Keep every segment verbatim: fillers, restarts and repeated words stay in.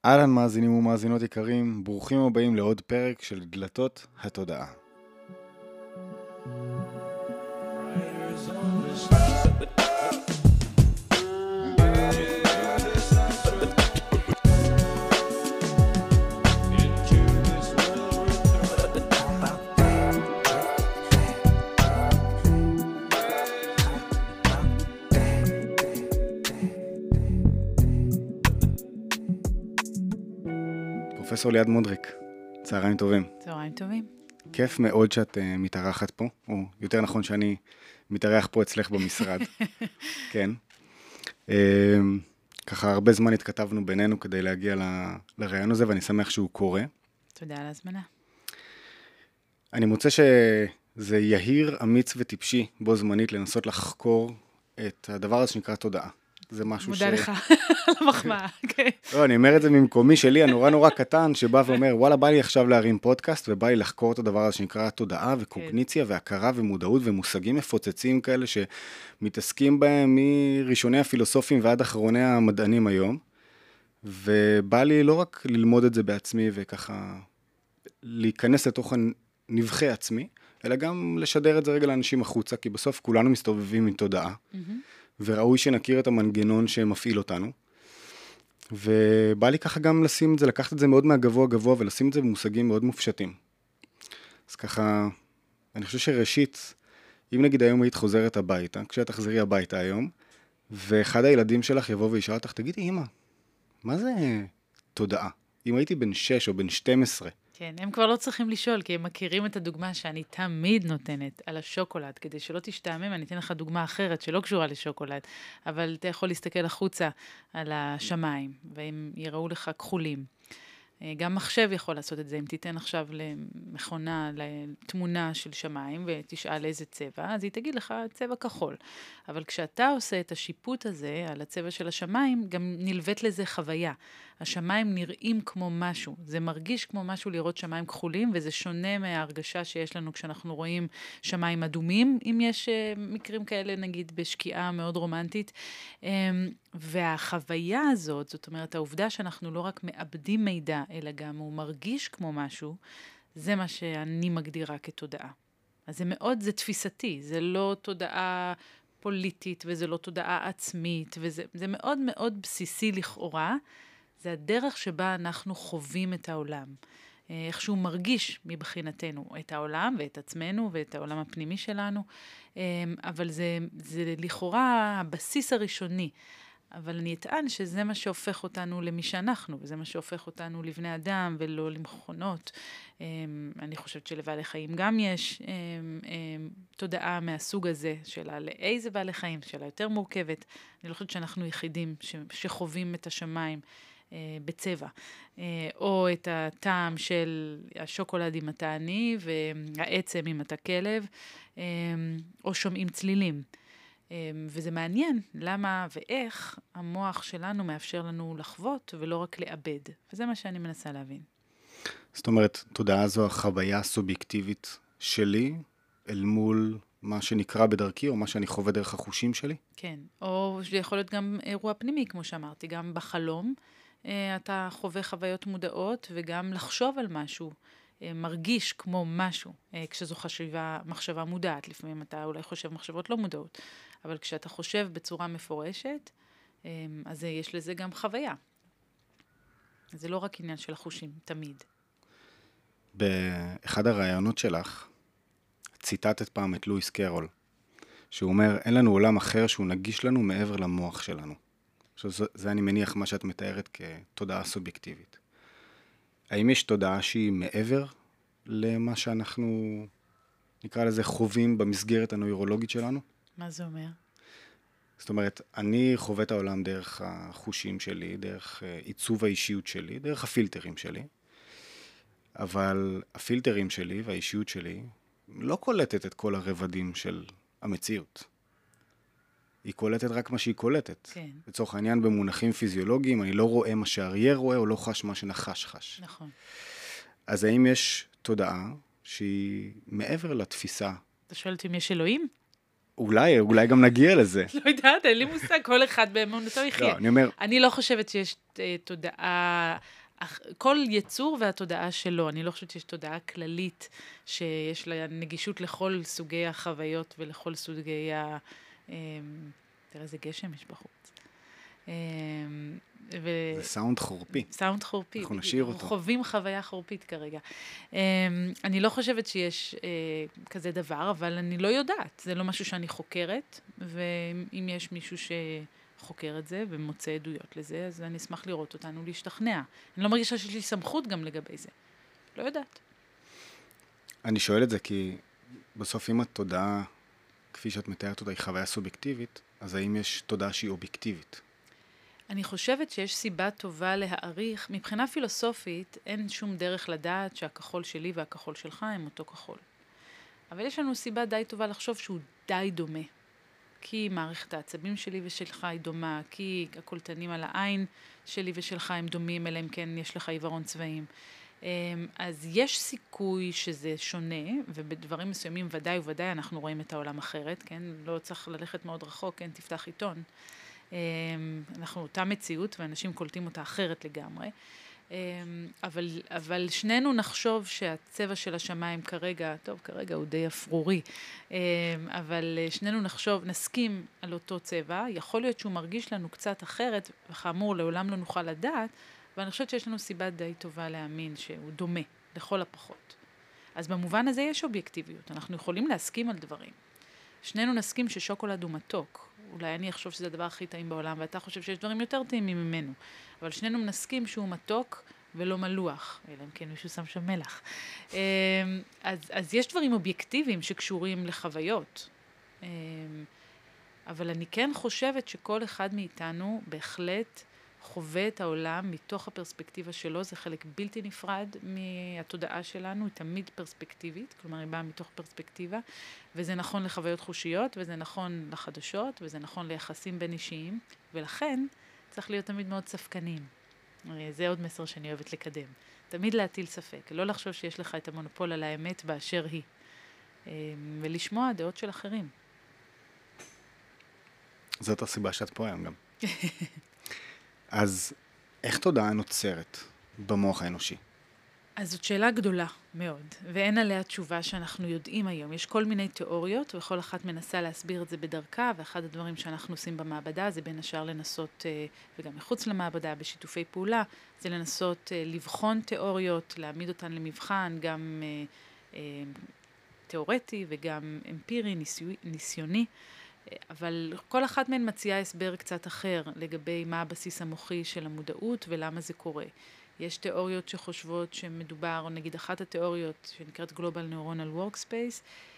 אהלן מאזינים ומאזינות יקרים, ברוכים הבאים לעוד פרק של דלתות התודעה. פרופסור ליעד מודריק, צהריים טובים. צהריים טובים. כיף מאוד שאת uh, מתארחת פה, או יותר נכון שאני מתארח פה אצלך במשרד. כן. Uh, ככה הרבה זמן התכתבנו בינינו כדי להגיע ל, לרעיון הזה, ואני שמח שהוא קורה. תודה על הזמנה. אני מוצא שזה יהיר, אמיץ וטיפשי בו זמנית לנסות לחקור את הדבר הזה שנקרא תודעה. זה משהו ש... מודה לך על המחמאה, כן. לא, אני אומר את זה ממקומי שלי, הנורא נורא קטן, שבא ואומר, וואלה, בא לי עכשיו להרים פודקאסט, ובא לי לחקור את הדבר הזה שנקרא תודעה וקוגניציה והכרה ומודעות ומושגים מפוצצים כאלה שמתעסקים בהם מראשוני הפילוסופים ועד אחרוני המדענים היום, ובא לי לא רק ללמוד את זה בעצמי וככה להיכנס לתוך הנבחי עצמי, אלא גם לשדר את זה רגע לאנשים החוצה, כי בסוף כולנו מסתובבים עם תודעה, וראוי שנכיר את המנגנון שמפעיל אותנו. ובא לי ככה גם לשים את זה, לקחת את זה מאוד מהגבוה גבוה, ולשים את זה במושגים מאוד מופשטים. אז ככה, אני חושב שראשית, אם נגיד היום היית חוזרת הביתה, כשאת תחזרי הביתה היום, ואחד הילדים שלך יבוא וישאל אותך, תגידי, אמא, מה זה תודעה? אם הייתי בן שש או בן שתים עשרה. כן, הם כבר לא צריכים לשאול, כי הם מכירים את הדוגמה שאני תמיד נותנת על השוקולד, כדי שלא תשתעמם, אני אתן לך דוגמה אחרת שלא קשורה לשוקולד, אבל אתה יכול להסתכל החוצה על השמיים, והם יראו לך כחולים. גם מחשב יכול לעשות את זה, אם תיתן עכשיו למכונה, לתמונה של שמיים, ותשאל איזה צבע, אז היא תגיד לך צבע כחול. אבל כשאתה עושה את השיפוט הזה על הצבע של השמיים, גם נלווית לזה חוויה. השמיים נראים כמו משהו, זה מרגיש כמו משהו לראות שמיים כחולים, וזה שונה מההרגשה שיש לנו כשאנחנו רואים שמיים אדומים, אם יש מקרים כאלה נגיד בשקיעה מאוד רומנטית. והחוויה הזאת, זאת אומרת, העובדה שאנחנו לא רק מאבדים מידע, אלא גם הוא מרגיש כמו משהו, זה מה שאני מגדירה כתודעה. אז זה מאוד, זה תפיסתי, זה לא תודעה פוליטית, וזה לא תודעה עצמית, וזה זה מאוד מאוד בסיסי לכאורה, זה הדרך שבה אנחנו חווים את העולם. איך שהוא מרגיש מבחינתנו את העולם ואת עצמנו ואת העולם הפנימי שלנו, אבל זה, זה לכאורה הבסיס הראשוני. אבל אני אטען שזה מה שהופך אותנו למי שאנחנו, וזה מה שהופך אותנו לבני אדם ולא למכונות. אני חושבת שלבעלי חיים גם יש תודעה מהסוג הזה, שאלה לאיזה בעלי חיים, שאלה יותר מורכבת. אני לא חושבת שאנחנו יחידים שחווים את השמיים בצבע, או את הטעם של השוקולד אם אתה עני, והעצם אם אתה כלב, או שומעים צלילים. וזה מעניין למה ואיך המוח שלנו מאפשר לנו לחוות ולא רק לאבד. וזה מה שאני מנסה להבין. זאת אומרת, תודעה זו החוויה הסובייקטיבית שלי, אל מול מה שנקרא בדרכי, או מה שאני חווה דרך החושים שלי? כן, או יכול להיות גם אירוע פנימי, כמו שאמרתי, גם בחלום, אתה חווה חוויות מודעות, וגם לחשוב על משהו, מרגיש כמו משהו, כשזו חשיבה, מחשבה מודעת, לפעמים אתה אולי חושב מחשבות לא מודעות, אבל כשאתה חושב בצורה מפורשת, אז יש לזה גם חוויה. זה לא רק עניין של החושים, תמיד. באחד הרעיונות שלך, ציטטת פעם את לואיס קרול, שהוא אומר, אין לנו עולם אחר שהוא נגיש לנו מעבר למוח שלנו. עכשיו, זה אני מניח מה שאת מתארת כתודעה סובייקטיבית. האם יש תודעה שהיא מעבר למה שאנחנו, נקרא לזה, חווים במסגרת הנוירולוגית שלנו? מה זה אומר? זאת אומרת, אני חווה את העולם דרך החושים שלי, דרך עיצוב האישיות שלי, דרך הפילטרים שלי, אבל הפילטרים שלי והאישיות שלי לא קולטת את כל הרבדים של המציאות. היא קולטת רק מה שהיא קולטת. כן. לצורך העניין במונחים פיזיולוגיים, אני לא רואה מה שאריה רואה, או לא חש מה שנחש חש. נכון. אז האם יש תודעה שהיא מעבר לתפיסה? אתה שואלת אם יש אלוהים? אולי, אולי גם נגיע לזה. לא יודעת, אין לי מושג, כל אחד באמונתו יחיה. לא, אני אומר... אני לא חושבת שיש תודעה, כל יצור והתודעה שלו, אני לא חושבת שיש תודעה כללית, שיש לה נגישות לכל סוגי החוויות ולכל סוגי ה... תראה איזה גשם יש בחוץ. ו... זה סאונד חורפי. סאונד חורפי. אנחנו נשאיר אותו. חווים חוויה חורפית כרגע. אני לא חושבת שיש כזה דבר, אבל אני לא יודעת. זה לא משהו שאני חוקרת, ואם יש מישהו שחוקר את זה ומוצא עדויות לזה, אז אני אשמח לראות אותנו להשתכנע. אני לא מרגישה שיש לי סמכות גם לגבי זה. לא יודעת. אני שואל את זה כי בסוף אם התודעה, כפי שאת מתארת אותה, היא חוויה סובייקטיבית, אז האם יש תודעה שהיא אובייקטיבית? אני חושבת שיש סיבה טובה להעריך, מבחינה פילוסופית אין שום דרך לדעת שהכחול שלי והכחול שלך הם אותו כחול. אבל יש לנו סיבה די טובה לחשוב שהוא די דומה. כי מערכת העצבים שלי ושלך היא דומה, כי הקולטנים על העין שלי ושלך הם דומים, אלא אם כן יש לך עיוורון צבעים. אז יש סיכוי שזה שונה, ובדברים מסוימים ודאי וודאי אנחנו רואים את העולם אחרת, כן? לא צריך ללכת מאוד רחוק, כן? תפתח עיתון. אנחנו אותה מציאות, ואנשים קולטים אותה אחרת לגמרי. אבל, אבל שנינו נחשוב שהצבע של השמיים כרגע, טוב, כרגע הוא די אפרורי, אבל שנינו נחשוב, נסכים על אותו צבע, יכול להיות שהוא מרגיש לנו קצת אחרת, וכאמור, לעולם לא נוכל לדעת, ואני חושבת שיש לנו סיבה די טובה להאמין שהוא דומה, לכל הפחות. אז במובן הזה יש אובייקטיביות, אנחנו יכולים להסכים על דברים. שנינו נסכים ששוקולד הוא מתוק, אולי אני אחשוב שזה הדבר הכי טעים בעולם, ואתה חושב שיש דברים יותר טעימים ממנו, אבל שנינו נסכים שהוא מתוק ולא מלוח, אלא אם כן מישהו שם שם מלח. אז, אז יש דברים אובייקטיביים שקשורים לחוויות, אבל אני כן חושבת שכל אחד מאיתנו בהחלט חווה את העולם מתוך הפרספקטיבה שלו, זה חלק בלתי נפרד מהתודעה שלנו, היא תמיד פרספקטיבית, כלומר היא באה מתוך פרספקטיבה, וזה נכון לחוויות חושיות, וזה נכון לחדשות, וזה נכון ליחסים בין אישיים, ולכן צריך להיות תמיד מאוד ספקנים. זה עוד מסר שאני אוהבת לקדם. תמיד להטיל ספק, לא לחשוב שיש לך את המונופול על האמת באשר היא, ולשמוע דעות של אחרים. זאת הסיבה שאת פה היום גם. אז איך תודעה נוצרת במוח האנושי? אז זאת שאלה גדולה מאוד, ואין עליה תשובה שאנחנו יודעים היום. יש כל מיני תיאוריות, וכל אחת מנסה להסביר את זה בדרכה, ואחד הדברים שאנחנו עושים במעבדה, זה בין השאר לנסות, וגם מחוץ למעבדה, בשיתופי פעולה, זה לנסות לבחון תיאוריות, להעמיד אותן למבחן, גם תיאורטי וגם אמפירי, ניסיוני, אבל כל אחת מהן מציעה הסבר קצת אחר לגבי מה הבסיס המוחי של המודעות ולמה זה קורה. יש תיאוריות שחושבות שמדובר, נגיד אחת התיאוריות שנקראת Global Neuronal Workspace,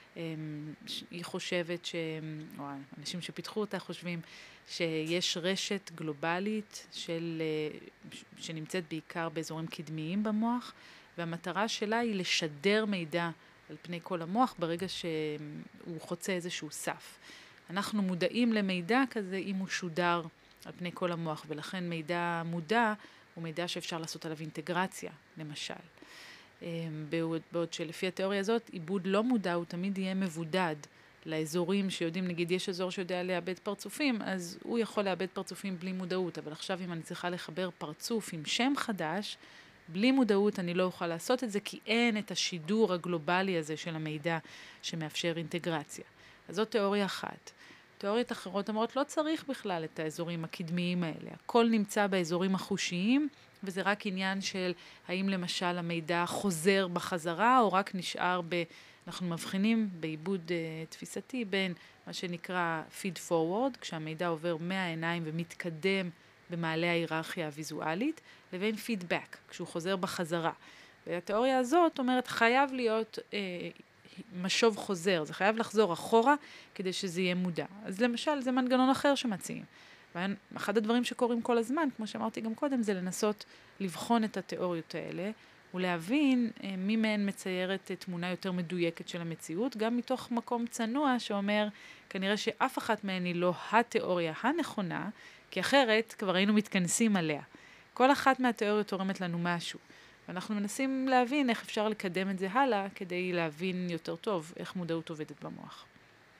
היא חושבת ש... או אנשים שפיתחו אותה חושבים שיש רשת גלובלית של... שנמצאת בעיקר באזורים קדמיים במוח, והמטרה שלה היא לשדר מידע על פני כל המוח ברגע שהוא חוצה איזשהו סף. אנחנו מודעים למידע כזה אם הוא שודר על פני כל המוח, ולכן מידע מודע הוא מידע שאפשר לעשות עליו אינטגרציה, למשל. בעוד, בעוד שלפי התיאוריה הזאת, עיבוד לא מודע הוא תמיד יהיה מבודד לאזורים שיודעים, נגיד יש אזור שיודע לאבד פרצופים, אז הוא יכול לאבד פרצופים בלי מודעות, אבל עכשיו אם אני צריכה לחבר פרצוף עם שם חדש, בלי מודעות אני לא אוכל לעשות את זה, כי אין את השידור הגלובלי הזה של המידע שמאפשר אינטגרציה. אז זאת תיאוריה אחת. תיאוריות אחרות אומרות, לא צריך בכלל את האזורים הקדמיים האלה. הכל נמצא באזורים החושיים, וזה רק עניין של האם למשל המידע חוזר בחזרה, או רק נשאר ב... אנחנו מבחינים בעיבוד uh, תפיסתי בין מה שנקרא feed forward, כשהמידע עובר מהעיניים ומתקדם במעלה ההיררכיה הוויזואלית, לבין feedback, כשהוא חוזר בחזרה. והתיאוריה הזאת אומרת, חייב להיות... Uh, משוב חוזר, זה חייב לחזור אחורה כדי שזה יהיה מודע. אז למשל, זה מנגנון אחר שמציעים. ואחד הדברים שקורים כל הזמן, כמו שאמרתי גם קודם, זה לנסות לבחון את התיאוריות האלה, ולהבין מי מהן מציירת תמונה יותר מדויקת של המציאות, גם מתוך מקום צנוע שאומר, כנראה שאף אחת מהן היא לא התיאוריה הנכונה, כי אחרת כבר היינו מתכנסים עליה. כל אחת מהתיאוריות תורמת לנו משהו. ואנחנו מנסים להבין איך אפשר לקדם את זה הלאה, כדי להבין יותר טוב איך מודעות עובדת במוח.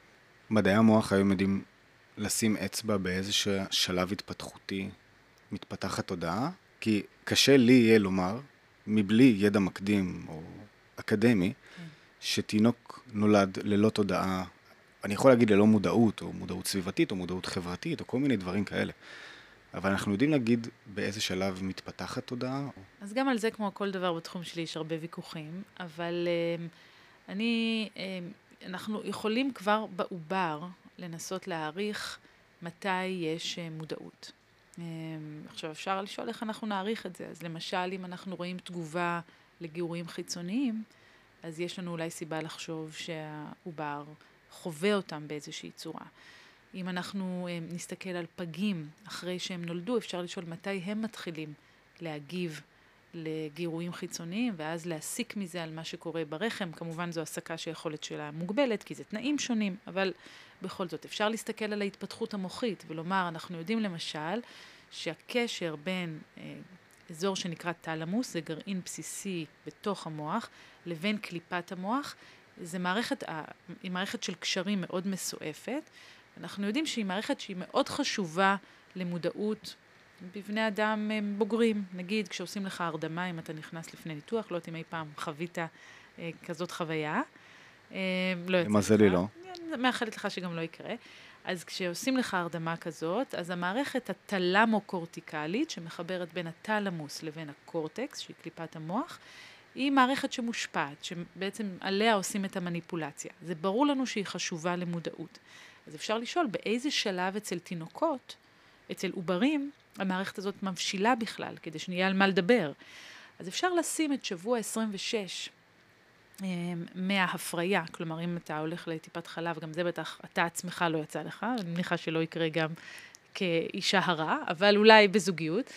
מדעי המוח היום יודעים לשים אצבע באיזשהו שלב התפתחותי מתפתחת תודעה, כי קשה לי יהיה לומר, מבלי ידע מקדים או אקדמי, שתינוק נולד ללא תודעה, אני יכול להגיד ללא מודעות, או מודעות סביבתית, או מודעות חברתית, או כל מיני דברים כאלה. אבל אנחנו יודעים להגיד באיזה שלב מתפתחת תודעה. אז גם על זה, כמו כל דבר בתחום שלי, יש הרבה ויכוחים, אבל uh, אני, uh, אנחנו יכולים כבר בעובר לנסות להעריך מתי יש uh, מודעות. Um, עכשיו אפשר לשאול איך אנחנו נעריך את זה. אז למשל, אם אנחנו רואים תגובה לגירויים חיצוניים, אז יש לנו אולי סיבה לחשוב שהעובר חווה אותם באיזושהי צורה. אם אנחנו um, נסתכל על פגים אחרי שהם נולדו, אפשר לשאול מתי הם מתחילים להגיב לגירויים חיצוניים, ואז להסיק מזה על מה שקורה ברחם. כמובן זו הסקה שיכולת שלה מוגבלת, כי זה תנאים שונים, אבל בכל זאת אפשר להסתכל על ההתפתחות המוחית, ולומר, אנחנו יודעים למשל, שהקשר בין אה, אזור שנקרא תלמוס, זה גרעין בסיסי בתוך המוח, לבין קליפת המוח, זה מערכת, היא מערכת של קשרים מאוד מסועפת. אנחנו יודעים שהיא מערכת שהיא מאוד חשובה למודעות בבני אדם בוגרים. נגיד, כשעושים לך הרדמה, אם אתה נכנס לפני ניתוח, לא יודעת אם אי פעם חווית אה, כזאת חוויה. אה, לא יצא לך. למזל לי לא. אני מאחלת לך שגם לא יקרה. אז כשעושים לך הרדמה כזאת, אז המערכת התלמו-קורטיקלית, שמחברת בין התלמוס לבין הקורטקס, שהיא קליפת המוח, היא מערכת שמושפעת, שבעצם עליה עושים את המניפולציה. זה ברור לנו שהיא חשובה למודעות. אז אפשר לשאול באיזה שלב אצל תינוקות, אצל עוברים, המערכת הזאת מבשילה בכלל, כדי שנהיה על מה לדבר. אז אפשר לשים את שבוע עשרים ושש מההפריה, כלומר אם אתה הולך לטיפת חלב, גם זה בטח אתה עצמך לא יצא לך, אני מניחה שלא יקרה גם כאישה הרה, אבל אולי בזוגיות.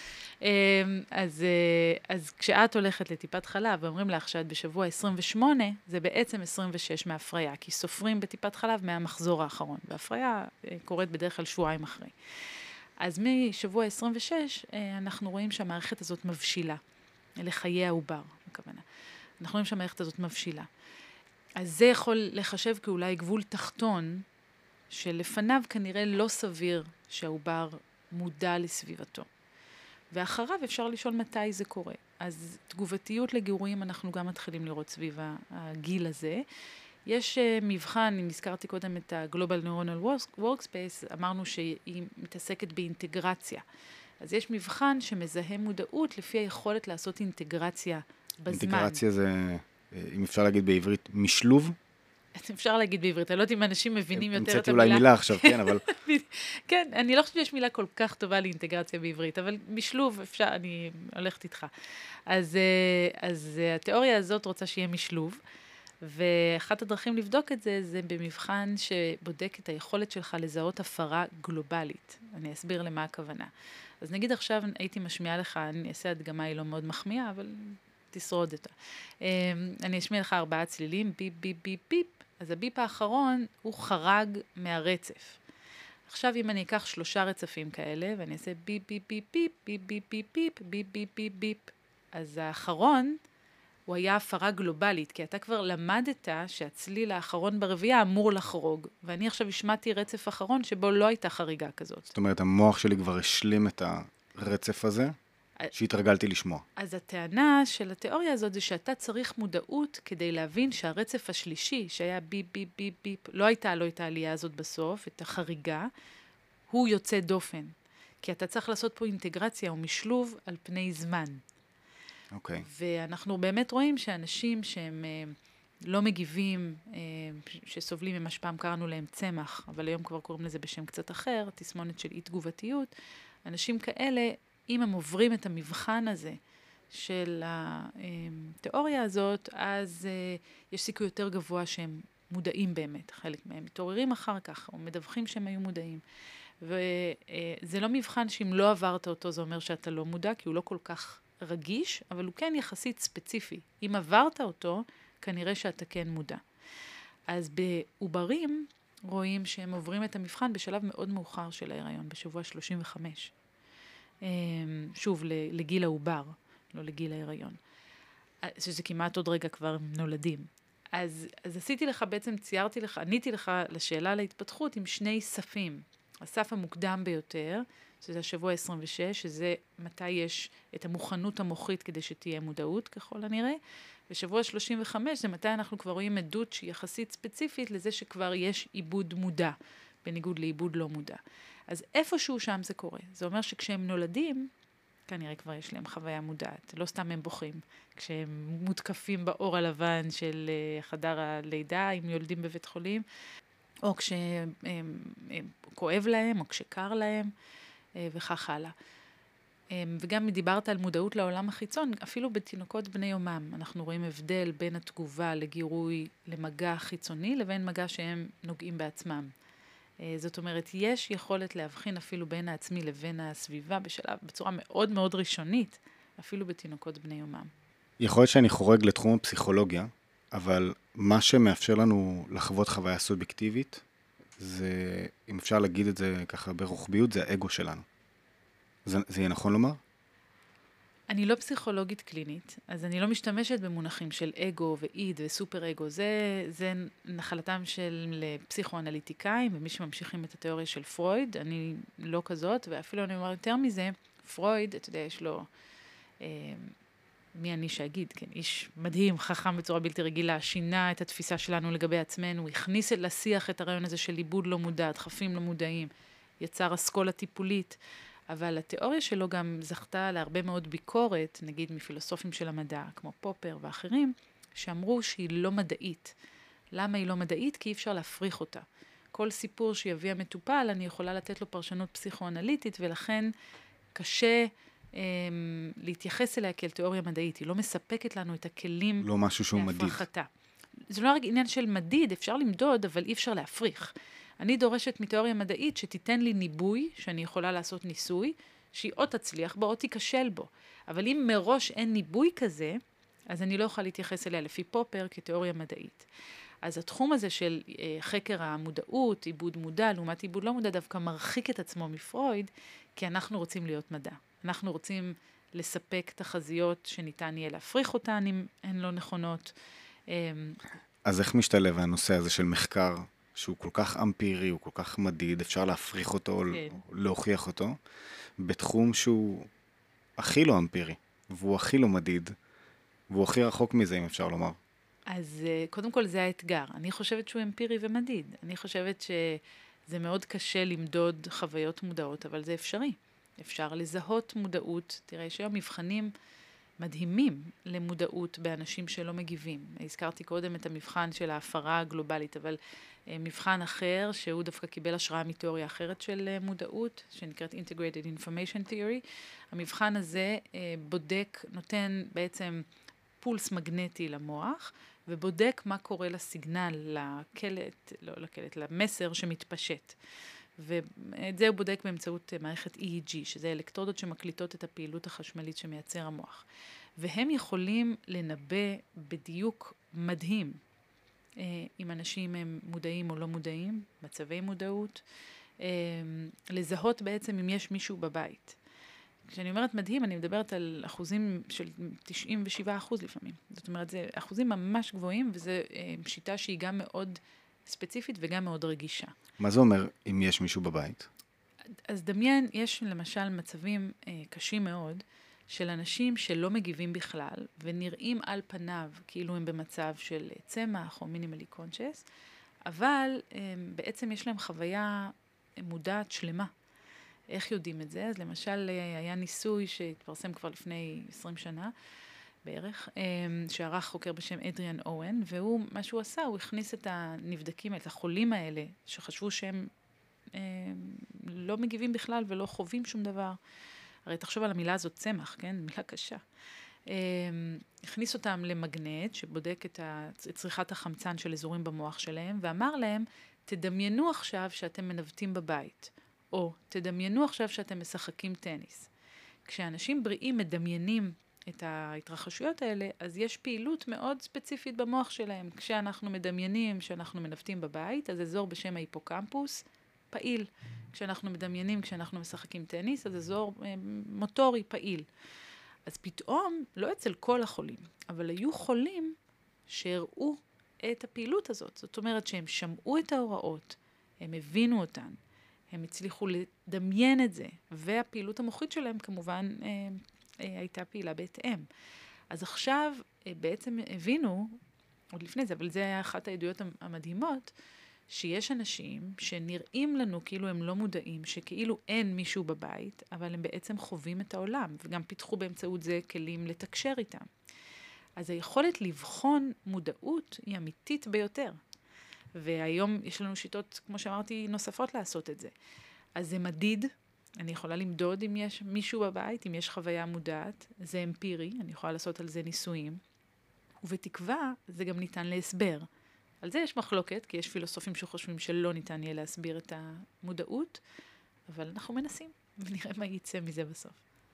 אז, אז כשאת הולכת לטיפת חלב ואומרים לך שאת בשבוע עשרים ושמונה, זה בעצם עשרים ושש מההפריה, כי סופרים בטיפת חלב מהמחזור האחרון, וההפריה קורית בדרך כלל שבועיים אחרי. אז משבוע עשרים ושש אנחנו רואים שהמערכת הזאת מבשילה, לחיי העובר, הכוונה. אנחנו רואים שהמערכת הזאת מבשילה. אז זה יכול לחשב כאולי גבול תחתון, שלפניו כנראה לא סביר שהעובר מודע לסביבתו. ואחריו אפשר לשאול מתי זה קורה. אז תגובתיות לגירויים אנחנו גם מתחילים לראות סביב הגיל הזה. יש מבחן, אם הזכרתי קודם את ה-Global Neuronal Workspace, אמרנו שהיא מתעסקת באינטגרציה. אז יש מבחן שמזהה מודעות לפי היכולת לעשות אינטגרציה בזמן. אינטגרציה זה, אם אפשר להגיד בעברית, משלוב? אפשר להגיד בעברית, אני לא יודעת אם אנשים מבינים יותר את המילה. המצאתי אולי מילה עכשיו, כן, אבל... כן, אני לא חושבת שיש מילה כל כך טובה לאינטגרציה בעברית, אבל משלוב אפשר, אני הולכת איתך. אז, אז התיאוריה הזאת רוצה שיהיה משלוב, ואחת הדרכים לבדוק את זה, זה במבחן שבודק את היכולת שלך לזהות הפרה גלובלית. אני אסביר למה הכוונה. אז נגיד עכשיו הייתי משמיעה לך, אני אעשה הדגמה, היא לא מאוד מחמיאה, אבל תשרוד אותה. אני אשמיע לך ארבעה צלילים, ביפ, ביפ, ביפ, ביפ. אז הביפ האחרון הוא חרג מהרצף. עכשיו אם אני אקח שלושה רצפים כאלה, ואני אעשה ביפ, ביפ, ביפ, ביפ, ביפ, ביפ, ביפ, ביפ, ביפ, ביפ, ביפ, ביפ. אז האחרון הוא היה הפרה גלובלית, כי אתה כבר למדת שהצליל האחרון ברביעה אמור לחרוג, ואני עכשיו השמעתי רצף אחרון שבו לא הייתה חריגה כזאת. זאת אומרת, המוח שלי כבר השלים את הרצף הזה, שהתרגלתי לשמוע. אז הטענה של התיאוריה הזאת זה שאתה צריך מודעות כדי להבין שהרצף השלישי, שהיה ביפ, ביפ, ביפ, ביפ, לא הייתה לו את העלייה הזאת בסוף, את החריגה, הוא יוצא דופן. כי אתה צריך לעשות פה אינטגרציה או משלוב על פני זמן. אוקיי. ואנחנו באמת רואים שאנשים שהם לא מגיבים, שסובלים ממה שפעם קראנו להם צמח, אבל היום כבר קוראים לזה בשם קצת אחר, תסמונת של אי תגובתיות, אנשים כאלה, אם הם עוברים את המבחן הזה של התיאוריה הזאת, אז יש סיכוי יותר גבוה שהם מודעים באמת. חלק מהם מתעוררים אחר כך, או מדווחים שהם היו מודעים. וזה לא מבחן שאם לא עברת אותו, זה אומר שאתה לא מודע, כי הוא לא כל כך רגיש, אבל הוא כן יחסית ספציפי. אם עברת אותו, כנראה שאתה כן מודע. אז בעוברים רואים שהם עוברים את המבחן בשלב מאוד מאוחר של ההיריון, בשבוע שלושים וחמש. שוב, לגיל העובר, לא לגיל ההיריון. שזה כמעט עוד רגע כבר נולדים. אז, אז עשיתי לך, בעצם ציירתי לך, עניתי לך לשאלה להתפתחות עם שני ספים. הסף המוקדם ביותר, שזה השבוע עשרים ושש, שזה מתי יש את המוכנות המוחית כדי שתהיה מודעות ככל הנראה, ושבוע שלושים וחמש זה מתי אנחנו כבר רואים עדות שהיא יחסית ספציפית לזה שכבר יש עיבוד מודע, בניגוד לעיבוד לא מודע. אז איפשהו שם זה קורה. זה אומר שכשהם נולדים, כנראה כבר יש להם חוויה מודעת. לא סתם הם בוכים. כשהם מותקפים באור הלבן של חדר הלידה, אם יולדים בבית חולים, או כשכואב להם, או כשקר להם, וכך הלאה. וגם דיברת על מודעות לעולם החיצון, אפילו בתינוקות בני יומם. אנחנו רואים הבדל בין התגובה לגירוי למגע חיצוני, לבין מגע שהם נוגעים בעצמם. זאת אומרת, יש יכולת להבחין אפילו בין העצמי לבין הסביבה בשלב, בצורה מאוד מאוד ראשונית, אפילו בתינוקות בני יומם. יכול להיות שאני חורג לתחום הפסיכולוגיה, אבל מה שמאפשר לנו לחוות חוויה סובייקטיבית, זה, אם אפשר להגיד את זה ככה ברוחביות, זה האגו שלנו. זה, זה יהיה נכון לומר? אני לא פסיכולוגית קלינית, אז אני לא משתמשת במונחים של אגו ואיד וסופר אגו. זה, זה נחלתם של פסיכואנליטיקאים, ומי שממשיכים את התיאוריה של פרויד, אני לא כזאת, ואפילו אני אומר יותר מזה, פרויד, אתה יודע, יש לו, אה, מי אני שאגיד, כן, איש מדהים, חכם בצורה בלתי רגילה, שינה את התפיסה שלנו לגבי עצמנו, הכניס לשיח את הרעיון הזה של עיבוד לא מודע, דחפים לא מודעים, יצר אסכולה טיפולית, אבל התיאוריה שלו גם זכתה להרבה מאוד ביקורת, נגיד מפילוסופים של המדע, כמו פופר ואחרים, שאמרו שהיא לא מדעית. למה היא לא מדעית? כי אי אפשר להפריך אותה. כל סיפור שיביא המטופל, אני יכולה לתת לו פרשנות פסיכואנליטית, ולכן קשה אה, להתייחס אליה כאל תיאוריה מדעית. היא לא מספקת לנו את הכלים לא משהו שהוא מדיד. זה לא רק עניין של מדיד, אפשר למדוד, אבל אי אפשר להפריך. אני דורשת מתיאוריה מדעית שתיתן לי ניבוי, שאני יכולה לעשות ניסוי, שהיא או תצליח בו או תיכשל בו. אבל אם מראש אין ניבוי כזה, אז אני לא יכולה להתייחס אליה לפי פופר כתיאוריה מדעית. אז התחום הזה של אה, חקר המודעות, עיבוד מודע, לעומת עיבוד לא מודע, דווקא מרחיק את עצמו מפרויד, כי אנחנו רוצים להיות מדע. אנחנו רוצים לספק תחזיות שניתן יהיה להפריך אותן אם הן לא נכונות. אה, אז איך משתלב הנושא הזה של מחקר, שהוא כל כך אמפירי, הוא כל כך מדיד, אפשר להפריך אותו, כן. להוכיח אותו, בתחום שהוא הכי לא אמפירי, והוא הכי לא מדיד, והוא הכי רחוק מזה, אם אפשר לומר. אז קודם כל זה האתגר. אני חושבת שהוא אמפירי ומדיד. אני חושבת שזה מאוד קשה למדוד חוויות מודעות, אבל זה אפשרי. אפשר לזהות מודעות. תראה, יש היום מבחנים מדהימים למודעות באנשים שלא מגיבים. הזכרתי קודם את המבחן של ההפרה הגלובלית, אבל מבחן אחר, שהוא דווקא קיבל השראה מתיאוריה אחרת של מודעות, שנקראת Integrated Information Theory. המבחן הזה בודק, נותן בעצם פולס מגנטי למוח, ובודק מה קורה לסיגנל, לקלט, לא לקלט, למסר שמתפשט. ואת זה הוא בודק באמצעות מערכת E E G, שזה אלקטרודות שמקליטות את הפעילות החשמלית שמייצר המוח. והם יכולים לנבא בדיוק מדהים, אם אנשים הם מודעים או לא מודעים, מצבי מודעות, לזהות בעצם אם יש מישהו בבית. כשאני אומרת מדהים, אני מדברת על אחוזים של תשעים ושבעה אחוז לפעמים. זאת אומרת, זה אחוזים ממש גבוהים, וזו שיטה שהיא גם מאוד ספציפית וגם מאוד רגישה. מה זה אומר אם יש מישהו בבית? אז דמיין, יש למשל מצבים אה, קשים מאוד, של אנשים שלא מגיבים בכלל, ונראים על פניו כאילו הם במצב של צמח או מינימלי קונשס, אבל אה, בעצם יש להם חוויה מודעת שלמה. איך יודעים את זה? אז למשל היה ניסוי שהתפרסם כבר לפני עשרים שנה בערך, שערך חוקר בשם אדריאן אוהן, והוא, מה שהוא עשה, הוא הכניס את הנבדקים, את החולים האלה, שחשבו שהם לא מגיבים בכלל ולא חווים שום דבר. הרי תחשוב על המילה הזאת צמח, כן? מילה קשה. הכניס אותם למגנט שבודק את צריכת החמצן של אזורים במוח שלהם, ואמר להם, תדמיינו עכשיו שאתם מנווטים בבית. או תדמיינו עכשיו שאתם משחקים טניס. כשאנשים בריאים מדמיינים את ההתרחשויות האלה, אז יש פעילות מאוד ספציפית במוח שלהם. כשאנחנו מדמיינים שאנחנו מנווטים בבית, אז אזור בשם ההיפוקמפוס פעיל. כשאנחנו מדמיינים, כשאנחנו משחקים טניס, אז אזור מוטורי פעיל. אז פתאום, לא אצל כל החולים, אבל היו חולים שהראו את הפעילות הזאת. זאת אומרת שהם שמעו את ההוראות, הם הבינו אותן, הם הצליחו לדמיין את זה, והפעילות המוחית שלהם כמובן אה, אה, הייתה פעילה בהתאם. אז עכשיו אה, בעצם הבינו, עוד לפני זה, אבל זה היה אחת העדויות המדהימות, שיש אנשים שנראים לנו כאילו הם לא מודעים, שכאילו אין מישהו בבית, אבל הם בעצם חווים את העולם, וגם פיתחו באמצעות זה כלים לתקשר איתם. אז היכולת לבחון מודעות היא אמיתית ביותר. והיום יש לנו שיטות, כמו שאמרתי, נוספות לעשות את זה. אז זה מדיד, אני יכולה למדוד אם יש מישהו בבית, אם יש חוויה מודעת, זה אמפירי, אני יכולה לעשות על זה ניסויים, ובתקווה זה גם ניתן להסבר. על זה יש מחלוקת, כי יש פילוסופים שחושבים שלא ניתן יהיה להסביר את המודעות, אבל אנחנו מנסים, ונראה מה יצא מזה בסוף.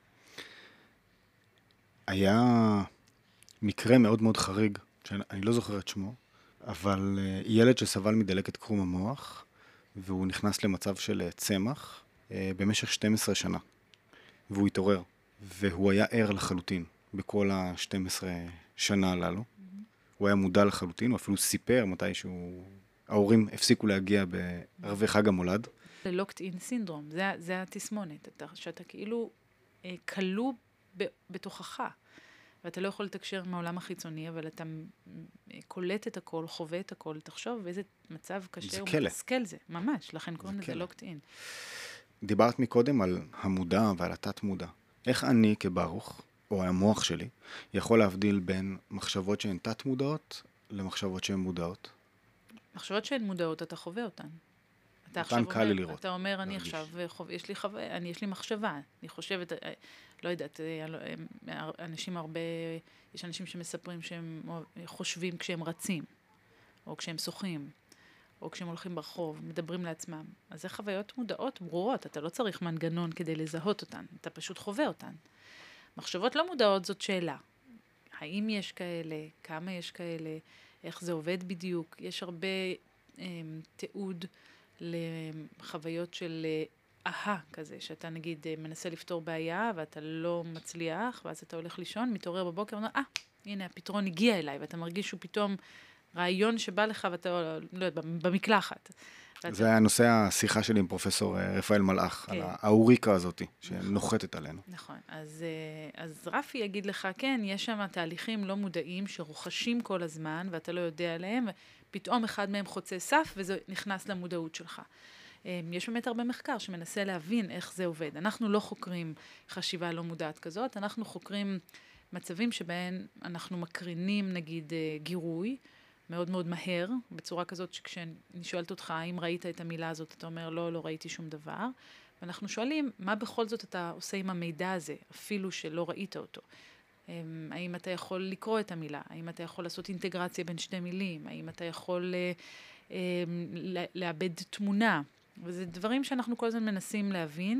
היה מקרה מאוד מאוד חריג, שאני לא זוכר את שמו, אבל ילד שסבל מדלקת קרום המוח, והוא נכנס למצב של צמח במשך שתים עשרה שנה, והוא התעורר, והוא היה ער לחלוטין בכל ה-שתים עשרה שנה הללו. Mm-hmm. הוא היה מודע לחלוטין, הוא אפילו סיפר מתי שהוא... ההורים הפסיקו להגיע בערבי חג המולד. זה לוקט-אין סינדרום, זה, זה התסמונת, אתה, שאתה כאילו אה, כלוא ב, בתוכך. ואתה לא יכול לתקשר עם העולם החיצוני, אבל אתה קולט את הכל, חווה את הכל, תחשוב באיזה מצב קשה ומתסכל זה, ממש, לכן קוראים לזה לוקט-אין. דיברת מקודם על המודע ועל התת מודע. איך אני כברוך, או המוח שלי, יכול להבדיל בין מחשבות שהן תת מודעות למחשבות שהן מודעות? מחשבות שהן מודעות, אתה חווה אותן. אתה אותן קל לי לראות. אתה אומר, אני עכשיו, יש לי חווה, אני, יש לי מחשבה, אני חושבת, לא יודעת, אנשים הרבה, יש אנשים שמספרים שהם חושבים כשהם רצים, או כשהם שוחים, או כשהם הולכים ברחוב, מדברים לעצמם. אז זה חוויות מודעות ברורות, אתה לא צריך מנגנון כדי לזהות אותן, אתה פשוט חווה אותן. מחשבות לא מודעות זאת שאלה. האם יש כאלה, כמה יש כאלה, איך זה עובד בדיוק, יש הרבה אה, תיעוד לחוויות של אהה כזה, שאתה נגיד מנסה לפתור בעיה ואתה לא מצליח, ואז אתה הולך לישון, מתעורר בבוקר, ואומר, אה, הנה הפתרון הגיע אליי, ואתה מרגיש שהוא פתאום רעיון שבא לך ואתה, לא יודע, במקלחת. זה היה נושא השיחה שלי עם פרופסור רפאל מלאך, על האוריקה הזאת שנוחתת עלינו. נכון, אז, אז רפי יגיד לך, כן, יש שם תהליכים לא מודעים שרוחשים כל הזמן, ואתה לא יודע עליהם, ופתאום אחד מהם חוצה סף, וזה נכנס למודעות שלך. יש באמת הרבה מחקר שמנסה להבין איך זה עובד. אנחנו לא חוקרים חשיבה לא מודעת כזאת, אנחנו חוקרים מצבים שבהם אנחנו מקרינים, נגיד, גירוי, מאוד מאוד מהר, בצורה כזאת שכשאני שואלת אותך, האם ראית את המילה הזאת, אתה אומר, לא, לא ראיתי שום דבר. ואנחנו שואלים, מה בכל זאת אתה עושה עם המידע הזה, אפילו שלא ראית אותו? האם אתה יכול לקרוא את המילה? האם אתה יכול לעשות אינטגרציה בין שתי מילים? האם אתה יכול לאבד תמונה? וזה דברים שאנחנו כל הזמן מנסים להבין.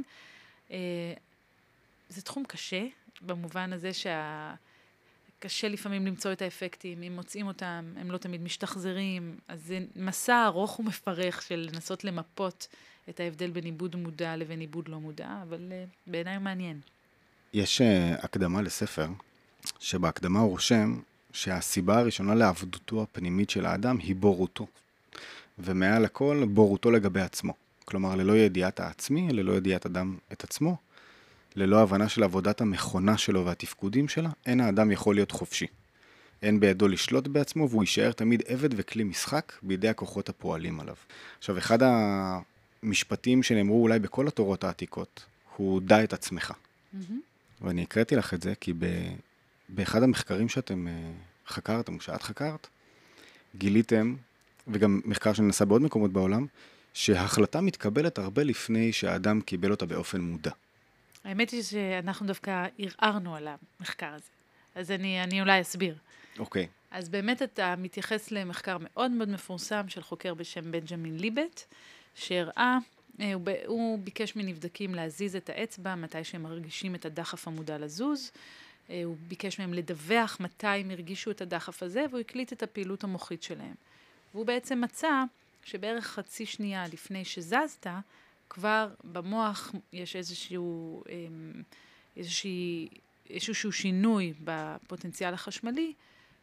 זה תחום קשה, במובן הזה שה... קשה לפעמים למצוא את האפקטים, אם מוצאים אותם, הם לא תמיד משתחזרים, אז זה מסע ארוך ומפרך של לנסות למפות את ההבדל בין עיבוד מודע לבין עיבוד לא מודע, אבל uh, בעיניי הוא מעניין. יש uh, הקדמה לספר, שבהקדמה הוא רושם שהסיבה הראשונה לעבדותו הפנימית של האדם היא בורותו, ומעל הכל בורותו לגבי עצמו. כלומר, ללא ידיעת העצמי, ללא ידיעת אדם את עצמו, ללא הבנה של עבודת המכונה שלו והתפקודים שלה, אין האדם יכול להיות חופשי. אין בידו לשלוט בעצמו, והוא יישאר תמיד עבד וכלי משחק בידי הכוחות הפועלים עליו. עכשיו, אחד המשפטים שנאמרו אולי בכל התורות העתיקות, הוא דע את עצמך. Mm-hmm. ואני הקראתי לך את זה, כי ב... באחד המחקרים שאתם חקרתם, שאת חקרת, גיליתם, וגם מחקר שנעשה בעוד מקומות בעולם, שההחלטה מתקבלת הרבה לפני שהאדם קיבל אותה באופן מודע. האמת היא שאנחנו דווקא ערערנו על המחקר הזה. אז אני, אני אולי אסביר. אוקיי. אז באמת אתה מתייחס למחקר מאוד מאוד מפורסם של חוקר בשם בנג'מין ליבט, שהראה, הוא, הוא ביקש מנבדקים להזיז את האצבע מתי שהם מרגישים את הדחף המודע לזוז, הוא ביקש מהם לדווח מתי הם הרגישו את הדחף הזה, והוא הקליט את הפעילות המוחית שלהם. והוא בעצם מצא שבערך חצי שנייה לפני שזזת, כבר במוח יש איזשהו, איזושהי, איזשהו שינוי בפוטנציאל החשמלי,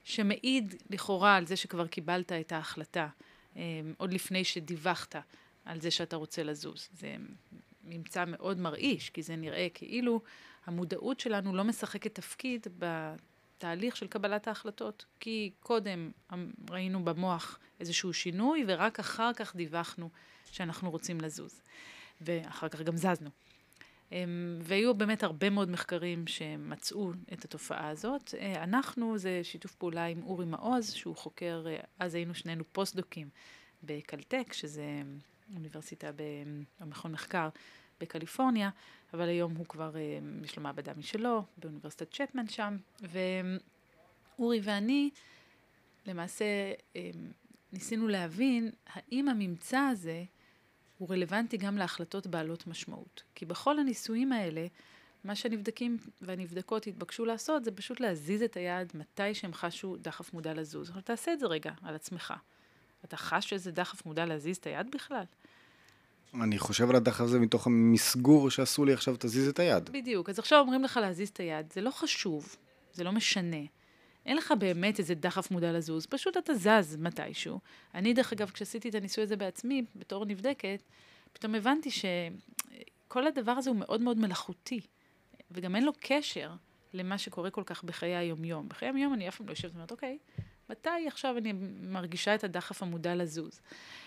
שמעיד לכאורה על זה שכבר קיבלת את ההחלטה, עוד לפני שדיווחת על זה שאתה רוצה לזוז. זה ממצא מאוד מרעיש, כי זה נראה כאילו המודעות שלנו לא משחקת תפקיד בתהליך של קבלת ההחלטות, כי קודם ראינו במוח איזשהו שינוי, ורק אחר כך דיווחנו שאנחנו רוצים לזוז. ואחר כך גם זזנו. והיו באמת הרבה מאוד מחקרים שמצאו את התופעה הזאת. אנחנו, זה שיתוף פעולה עם אורי מעוז, שהוא חוקר, אז היינו שנינו פוסט-דוקים בקלטק, שזה אוניברסיטה במכון מחקר בקליפורניה, אבל היום הוא כבר, יש לו מעבדה משלו, באוניברסיטת צ'פמן שם, ואורי ואני למעשה ניסינו להבין האם הממצא הזה הוא רלוונטי גם להחלטות בעלות משמעות. כי בכל הניסויים האלה, מה שהנבדקים והנבדקות התבקשו לעשות, זה פשוט להזיז את היד מתי שהם חשו דחף מודע לזוז. אבל תעשה את זה רגע על עצמך. אתה חש שזה דחף מודע להזיז את היד בכלל? אני חושב על הדחף הזה מתוך המסגור שעשו לי עכשיו, תזיז את היד. בדיוק. אז עכשיו אומרים לך להזיז את היד. זה לא חשוב, זה לא משנה. אין לך באמת איזה דחף מודע לזוז, פשוט אתה זז מתישהו. אני דרך אגב, כשעשיתי את הניסוי הזה בעצמי, בתור נבדקת, פתאום הבנתי שכל הדבר הזה הוא מאוד מאוד מלאכותי, וגם אין לו קשר למה שקורה כל כך בחיי היום-יום. בחיי היום-יום אני אף פעם לא יושבת ואומרת, אוקיי, מתי עכשיו אני מרגישה את הדחף המודע לזוז?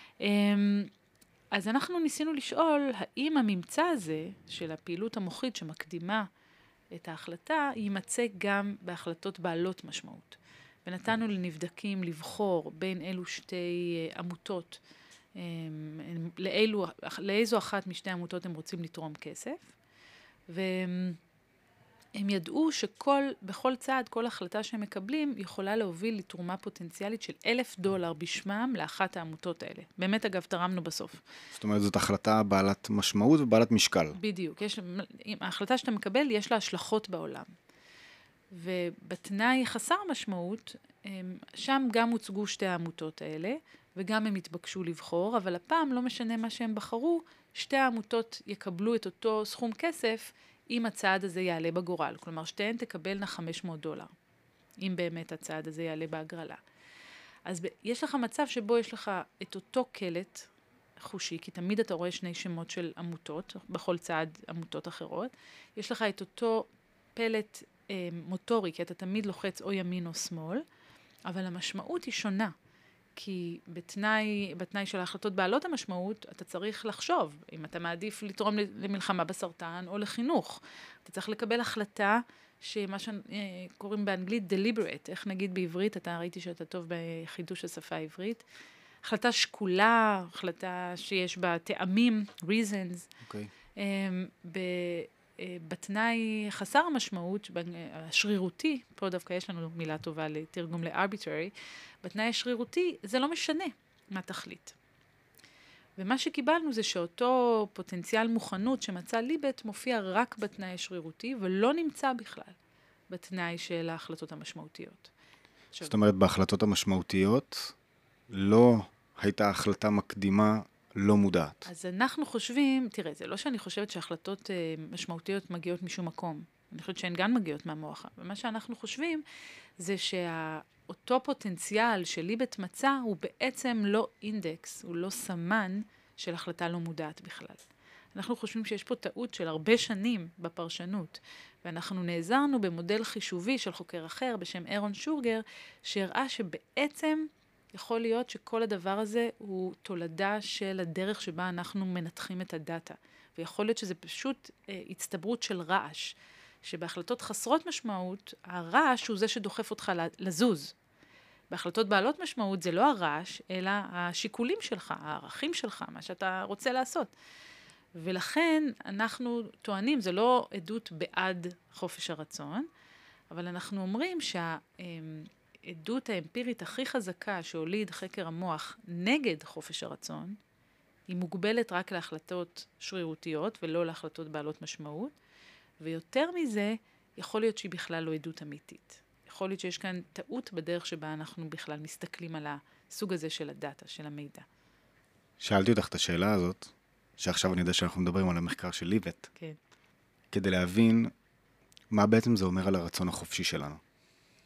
אז אנחנו ניסינו לשאול, האם הממצא הזה של הפעילות המוחית שמקדימה את ההחלטה, יימצא גם בהחלטות בעלות משמעות. ונתנו לנבדקים לבחור בין אלו שתי עמותות, לאילו, לאיזו אחת משתי עמותות הם רוצים לתרום כסף, והם ידעו שכל, בכל צעד, כל החלטה שהם מקבלים, יכולה להוביל לתרומה פוטנציאלית של אלף דולר בשמם לאחת העמותות האלה. באמת, אגב, תרמנו בסוף. זאת אומרת, זאת החלטה בעלת משמעות ובעלת משקל. בדיוק. יש, ההחלטה שאתה מקבל, יש לה השלכות בעולם. ובתנאי חסר משמעות, שם גם הוצגו שתי העמותות האלה, וגם הם התבקשו לבחור, אבל הפעם לא משנה מה שהם בחרו, שתי העמותות יקבלו את אותו סכום כסף, אם הצעד הזה יעלה בגורל. כלומר, שתיהן תקבלנה חמש מאות דולר, אם באמת הצעד הזה יעלה בהגרלה. אז ב- יש לך מצב שבו יש לך את אותו קלט חושי, כי תמיד אתה רואה שני שמות של עמותות, בכל צעד עמותות אחרות. יש לך את אותו פלט אה, מוטורי, כי אתה תמיד לוחץ או ימין או שמאל, אבל המשמעות היא שונה. כי בתנאי, בתנאי של ההחלטות בעלות המשמעות, אתה צריך לחשוב, אם אתה מעדיף לתרום למלחמה בסרטן או לחינוך. אתה צריך לקבל החלטה שמה שקוראים באנגלית deliberate, איך נגיד בעברית, אתה ראיתי שאתה טוב בחידוש השפה העברית, החלטה שקולה, החלטה שיש בה טעמים, reasons. אוקיי. Okay. ב... בתנאי חסר המשמעות, השרירותי, פה דווקא יש לנו מילה טובה לתרגום ל-arbitrary, בתנאי השרירותי זה לא משנה מה תכלית. ומה שקיבלנו זה שאותו פוטנציאל מוכנות שמצא ליבט מופיע רק בתנאי השרירותי, ולא נמצא בכלל בתנאי של ההחלטות המשמעותיות. זאת אומרת, בהחלטות המשמעותיות לא הייתה החלטה מקדימה לא מודעת. אז אנחנו חושבים, תראה, זה לא שאני חושבת שהחלטות אה, משמעותיות מגיעות משום מקום. אני חושבת שהן גם מגיעות מהמוח. ומה שאנחנו חושבים זה שאותו פוטנציאל שליבט מצא הוא בעצם לא אינדקס, הוא לא סמן של החלטה לא מודעת בכלל. אנחנו חושבים שיש פה טעות של הרבה שנים בפרשנות, ואנחנו נעזרנו במודל חישובי של חוקר אחר בשם אירון שוגר, שהראה שבעצם יכול להיות שכל הדבר הזה הוא תולדה של הדרך שבה אנחנו מנתחים את הדאטה. ויכול להיות שזה פשוט אה, הצטברות של רעש, שבהחלטות חסרות משמעות, הרעש הוא זה שדוחף אותך לזוז. בהחלטות בעלות משמעות זה לא הרעש, אלא השיקולים שלך, הערכים שלך, מה שאתה רוצה לעשות. ולכן אנחנו טוענים, זה לא עדות בעד חופש הרצון, אבל אנחנו אומרים שה... העדות האמפירית הכי חזקה שהוליד חקר המוח נגד חופש הרצון, היא מוגבלת רק להחלטות שרירותיות ולא להחלטות בעלות משמעות, ויותר מזה, יכול להיות שהיא בכלל לא עדות אמיתית. יכול להיות שיש כאן טעות בדרך שבה אנחנו בכלל מסתכלים על הסוג הזה של הדאטה, של המידע. שאלתי אותך את השאלה הזאת, שעכשיו אני יודע שאנחנו מדברים על המחקר של ליבט, כן. כדי להבין מה בעצם זה אומר על הרצון החופשי שלנו.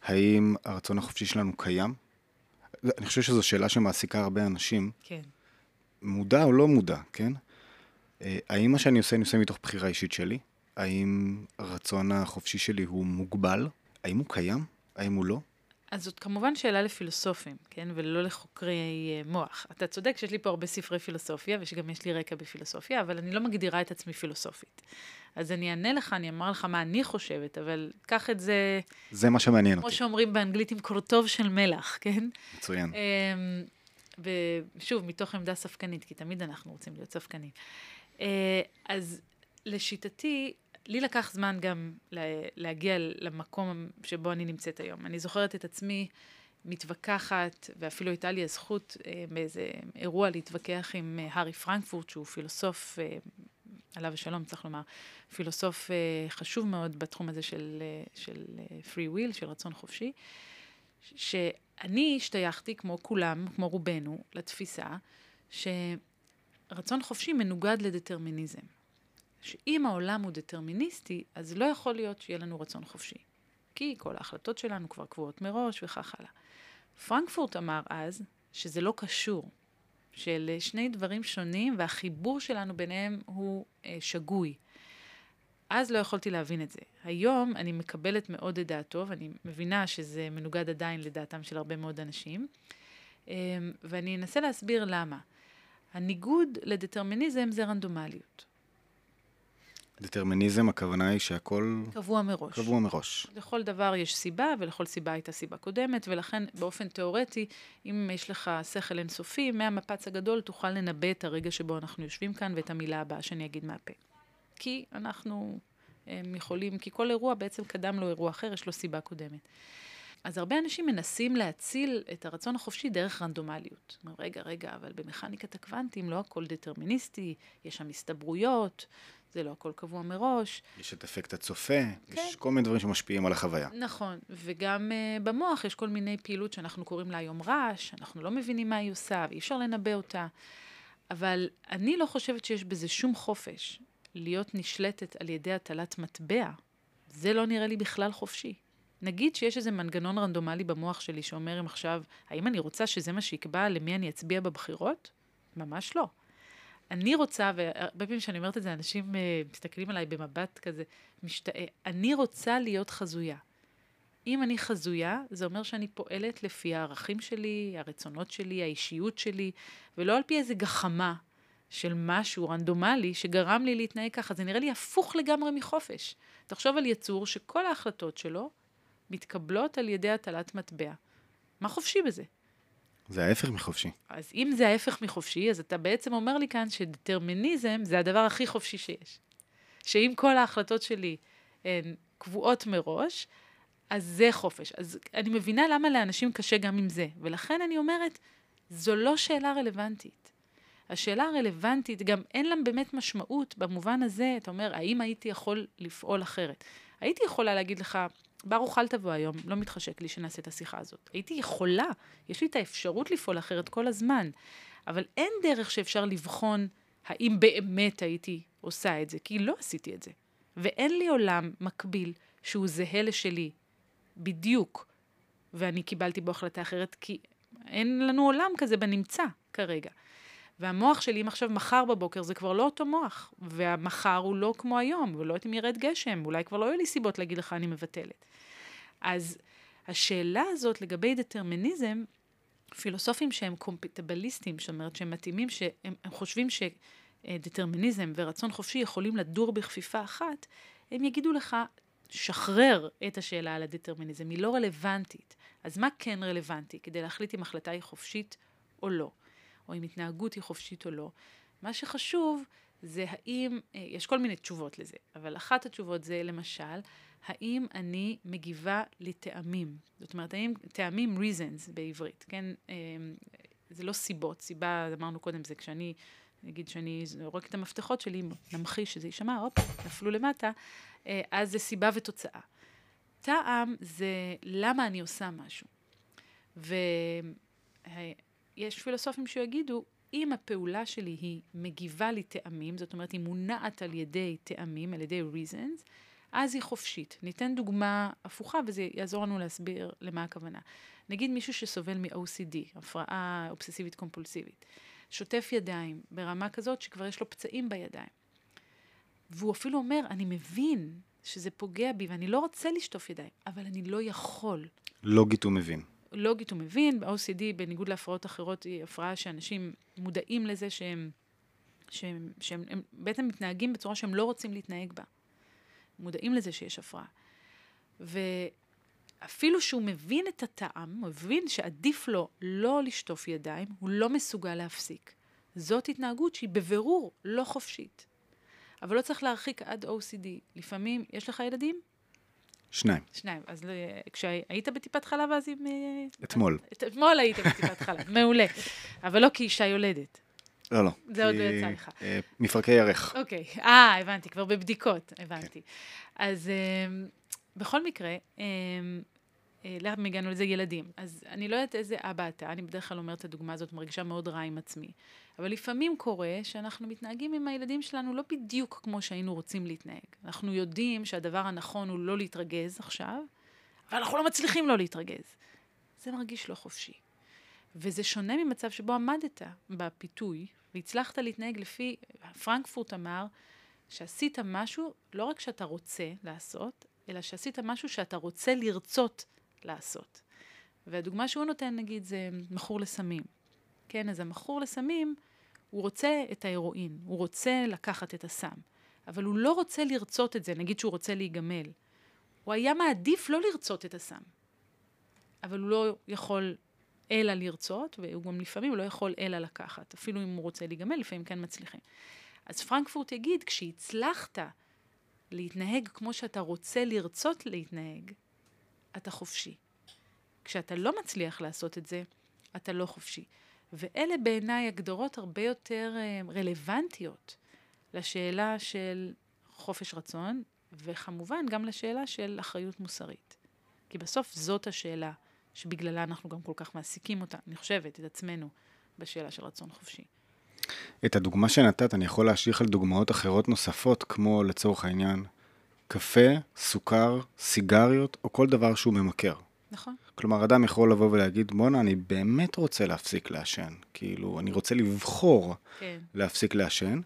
האם הרצון החופשי שלנו קיים? אני חושב שזו שאלה שמעסיקה הרבה אנשים. כן. מודע או לא מודע, כן? האם מה שאני עושה, אני עושה מתוך בחירה אישית שלי? האם הרצון החופשי שלי הוא מוגבל? האם הוא קיים? האם הוא לא? אז זאת כמובן שאלה לפילוסופים, כן? ולא לחוקרי מוח. אתה צודק שיש לי פה הרבה ספרי פילוסופיה, ושגם יש לי רקע בפילוסופיה, אבל אני לא מגדירה את עצמי פילוסופית. אז אני אענה לך, אני אמר לך מה אני חושבת, אבל קח את זה... זה מה שמעניין כמו אותי. שאומרים באנגלית עם קורטוב של מלח, כן? מצוין. ושוב, מתוך עמדה ספקנית, כי תמיד אנחנו רוצים להיות ספקנים. אז לשיטתי, לי לקח זמן גם להגיע למקום שבו אני נמצאת היום. אני זוכרת את עצמי מתווכחת, ואפילו הייתה לי הזכות באיזה אירוע להתווכח עם הארי פרנקפורט, שהוא פילוסוף, עליו השלום צריך לומר, פילוסוף חשוב מאוד בתחום הזה של, של free will, של רצון חופשי, שאני השתייכתי כמו כולם, כמו רובנו, לתפיסה שרצון חופשי מנוגד לדטרמיניזם. שאם העולם הוא דטרמיניסטי, אז לא יכול להיות שיהיה לנו רצון חופשי. כי כל ההחלטות שלנו כבר קבועות מראש וכך הלאה. פרנקפורט אמר אז שזה לא קשור, שאלה שני דברים שונים והחיבור שלנו ביניהם הוא אה, שגוי. אז לא יכולתי להבין את זה. היום אני מקבלת מאוד את דעתו, ואני מבינה שזה מנוגד עדיין לדעתם של הרבה מאוד אנשים, אה, ואני אנסה להסביר למה. הניגוד לדטרמיניזם זה רנדומליות. דטרמיניזם, הכוונה היא שהכל... קבוע מראש. קבוע מראש. לכל דבר יש סיבה, ולכל סיבה הייתה סיבה קודמת, ולכן באופן תיאורטי, אם יש לך שכל אינסופי, מהמפץ הגדול תוכל לנבא את הרגע שבו אנחנו יושבים כאן, ואת המילה הבאה שאני אגיד מהפה. כי אנחנו הם, יכולים, כי כל אירוע בעצם קדם לו אירוע אחר, יש לו סיבה קודמת. אז הרבה אנשים מנסים להציל את הרצון החופשי דרך רנדומליות. אומר, רגע, רגע, אבל במכניקת הקוונטים לא הכל דטרמיניסטי, יש שם הסתברויות, זה לא הכל קבוע מראש. יש את אפקט הצופה, כן. יש כל מיני דברים שמשפיעים על החוויה. נכון, וגם uh, במוח יש כל מיני פעילות שאנחנו קוראים לה היום רעש, אנחנו לא מבינים מה היא עושה, ואי אפשר לנבא אותה. אבל אני לא חושבת שיש בזה שום חופש להיות נשלטת על ידי הטלת מטבע. זה לא נראה לי בכלל חופשי. נגיד שיש איזה מנגנון רנדומלי במוח שלי שאומר אם עכשיו, האם אני רוצה שזה מה שיקבע למי אני אצביע בבחירות? ממש לא. אני רוצה, והרבה פעמים שאני אומרת את זה, אנשים uh, מסתכלים עליי במבט כזה משתאה, אני רוצה להיות חזויה. אם אני חזויה, זה אומר שאני פועלת לפי הערכים שלי, הרצונות שלי, האישיות שלי, ולא על פי איזה גחמה של משהו רנדומלי שגרם לי להתנהג ככה. זה נראה לי הפוך לגמרי מחופש. תחשוב על יצור שכל ההחלטות שלו מתקבלות על ידי הטלת מטבע. מה חופשי בזה? זה ההפך מחופשי. אז אם זה ההפך מחופשי, אז אתה בעצם אומר לי כאן שדטרמיניזם זה הדבר הכי חופשי שיש. שאם כל ההחלטות שלי הן קבועות מראש, אז זה חופש. אז אני מבינה למה לאנשים קשה גם עם זה. ולכן אני אומרת, זו לא שאלה רלוונטית. השאלה הרלוונטית, גם אין לה באמת משמעות במובן הזה, אתה אומר, האם הייתי יכול לפעול אחרת? הייתי יכולה להגיד לך, ברוך אל תבוא היום, לא מתחשק לי שנעשה את השיחה הזאת. הייתי יכולה, יש לי את האפשרות לפעול אחרת כל הזמן, אבל אין דרך שאפשר לבחון האם באמת הייתי עושה את זה, כי לא עשיתי את זה. ואין לי עולם מקביל שהוא זהה לשלי בדיוק, ואני קיבלתי בו החלטה אחרת, כי אין לנו עולם כזה בנמצא כרגע. והמוח שלי, אם עכשיו מחר בבוקר, זה כבר לא אותו מוח, והמחר הוא לא כמו היום, ולא יודעת אם ירד גשם, אולי כבר לא יהיו לי סיבות להגיד לך אני מבטלת. אז השאלה הזאת לגבי דטרמיניזם, פילוסופים שהם קומפטיבליסטים, זאת אומרת שהם מתאימים, שהם חושבים שדטרמיניזם ורצון חופשי יכולים לדור בכפיפה אחת, הם יגידו לך, שחרר את השאלה על הדטרמיניזם, היא לא רלוונטית. אז מה כן רלוונטי כדי להחליט אם החלטה היא חופשית או לא? או אם התנהגות היא חופשית או לא. מה שחשוב זה האם, יש כל מיני תשובות לזה, אבל אחת התשובות זה למשל, האם אני מגיבה לטעמים. זאת אומרת, האם טעמים reasons בעברית, כן? זה לא סיבות, סיבה, אמרנו קודם, זה כשאני, נגיד שאני זורק את המפתחות שלי, נמחיש שזה יישמע, הופ, נפלו למטה, אז זה סיבה ותוצאה. טעם זה למה אני עושה משהו. ויש פילוסופים שיגידו, אם הפעולה שלי היא מגיבה לי טעמים, זאת אומרת, היא מונעת על ידי טעמים, על ידי reasons, אז היא חופשית. ניתן דוגמה הפוכה, וזה יעזור לנו להסביר למה הכוונה. נגיד מישהו שסובל מ-או סי די, הפרעה אובססיבית קומפולסיבית, שוטף ידיים ברמה כזאת שכבר יש לו פצעים בידיים. והוא אפילו אומר, אני מבין שזה פוגע בי, ואני לא רוצה לשטוף ידיים, אבל אני לא יכול. לוגית הוא מבין. לוגית הוא מבין, ב-או סי די, בניגוד להפרעות אחרות, היא הפרעה שאנשים מודעים לזה שהם, שהם, שהם הם בעצם מתנהגים בצורה שהם לא רוצים להתנהג בה. מודעים לזה שיש הפרעה. ואפילו שהוא מבין את הטעם, הוא מבין שעדיף לו לא לשטוף ידיים, הוא לא מסוגל להפסיק. זאת התנהגות שהיא בבירור לא חופשית. אבל לא צריך להרחיק עד או סי די. לפעמים, יש לך ילדים? שניים. שניים. אז כשהיית בטיפת חלב, אז עם... אתמול. אתמול היית בטיפת חלב, מעולה. אבל לא כאישה יולדת. לא, לא. זה עוד לא יצא לך. מפרקי ירך. אוקיי. אה, הבנתי, כבר בבדיקות, הבנתי. אז בכל מקרה, למה הגענו לזה ילדים? אז אני לא יודעת איזה אבא אתה, אני בדרך כלל אומרת את הדוגמה הזאת, מרגישה מאוד רע עם עצמי. אבל לפעמים קורה שאנחנו מתנהגים עם הילדים שלנו לא בדיוק כמו שהיינו רוצים להתנהג. אנחנו יודעים שהדבר הנכון הוא לא להתרגז עכשיו, אבל אנחנו לא מצליחים לא להתרגז. זה מרגיש לא חופשי. וזה שונה ממצב שבו עמדת בפיתוי, והצלחת להתנהג לפי, פרנקפורט אמר, שעשית משהו, לא רק שאתה רוצה לעשות, אלא שעשית משהו שאתה רוצה לרצות לעשות. והדוגמה שהוא נותן, נגיד, זה מכור לסמים. כן, אז המכור לסמים, הוא רוצה את ההירואין, הוא רוצה לקחת את הסם, אבל הוא לא רוצה לרצות את זה, נגיד שהוא רוצה להיגמל. הוא היה מעדיף לא לרצות את הסם, אבל הוא לא יכול אלא לרצות, והוא גם לפעמים לא יכול אלא לקחת, אפילו אם הוא רוצה להיגמל, לפעמים כן מצליחים. אז פרנקפורט יגיד, כשהצלחת להתנהג כמו שאתה רוצה לרצות להתנהג, אתה חופשי. כשאתה לא מצליח לעשות את זה, אתה לא חופשי. ואלה בעיניי הגדרות הרבה יותר רלוונטיות לשאלה של חופש רצון, וכמובן גם לשאלה של אחריות מוסרית. כי בסוף זאת השאלה שבגללה אנחנו גם כל כך מעסיקים אותה, אני חושבת, את עצמנו, בשאלה של רצון חופשי. את הדוגמה שנתת, אני יכול להשליך על דוגמאות אחרות נוספות, כמו לצורך העניין, קפה, סוכר, סיגריות, או כל דבר שהוא ממכר. נכון. כלומר, אדם יכול לבוא ולהגיד, בונה, אני באמת רוצה להפסיק לעשן. כאילו, אני רוצה לבחור כן. להפסיק לעשן.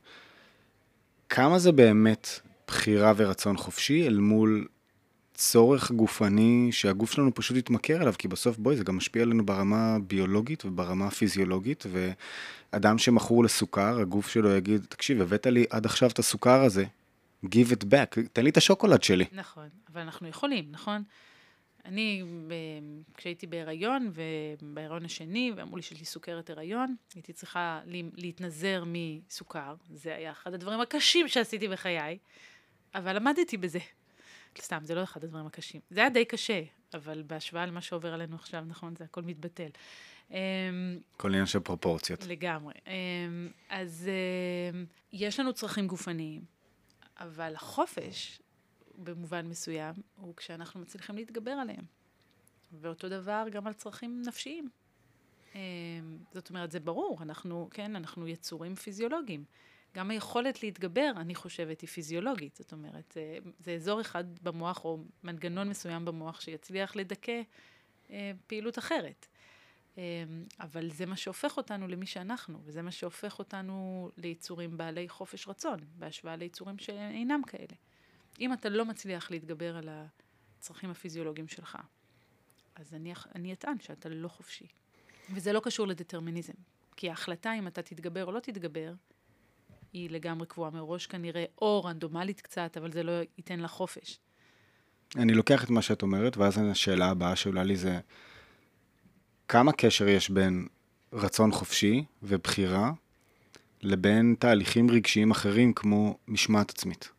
כמה זה באמת בחירה ורצון חופשי אל מול צורך גופני שהגוף שלנו פשוט יתמכר אליו, כי בסוף, בואי, זה גם משפיע עלינו ברמה ביולוגית וברמה פיזיולוגית, ואדם שמכור לסוכר, הגוף שלו יגיד, תקשיב, הבאת לי עד עכשיו את הסוכר הזה, give it back, תן לי את השוקולד שלי. נכון, אבל אנחנו יכולים, נכון? אני, כשהייתי בהיריון, ובהיריון השני, ואמרו לי שיש לי סוכרת הריון, הייתי צריכה להתנזר מסוכר, זה היה אחד הדברים הקשים שעשיתי בחיי, אבל למדתי בזה. סתם, זה לא אחד הדברים הקשים. זה היה די קשה, אבל בהשוואה למה שעובר עלינו עכשיו, נכון, זה הכל מתבטל. כל עניין של פרופורציות. לגמרי. אז יש לנו צרכים גופניים, אבל החופש, במובן מסוים, הוא כשאנחנו מצליחים להתגבר עליהם. ואותו דבר גם על צרכים נפשיים. זאת אומרת, זה ברור, אנחנו, כן, אנחנו יצורים פיזיולוגיים. גם היכולת להתגבר, אני חושבת, היא פיזיולוגית. זאת אומרת, זה, זה אזור אחד במוח, או מנגנון מסוים במוח, שיצליח לדכא אה, פעילות אחרת. אה, אבל זה מה שהופך אותנו למי שאנחנו, וזה מה שהופך אותנו ליצורים בעלי חופש רצון, בהשוואה ליצורים שאינם כאלה. אם אתה לא מצליח להתגבר על הצרכים הפיזיולוגיים שלך, אז אני, אני אטען שאתה לא חופשי. וזה לא קשור לדטרמיניזם. כי ההחלטה אם אתה תתגבר או לא תתגבר, היא לגמרי קבועה מראש כנראה, או רנדומלית קצת, אבל זה לא ייתן לה חופש. אני לוקח את מה שאת אומרת, ואז השאלה הבאה שעולה לי זה, כמה קשר יש בין רצון חופשי ובחירה, לבין תהליכים רגשיים אחרים כמו משמעת עצמית?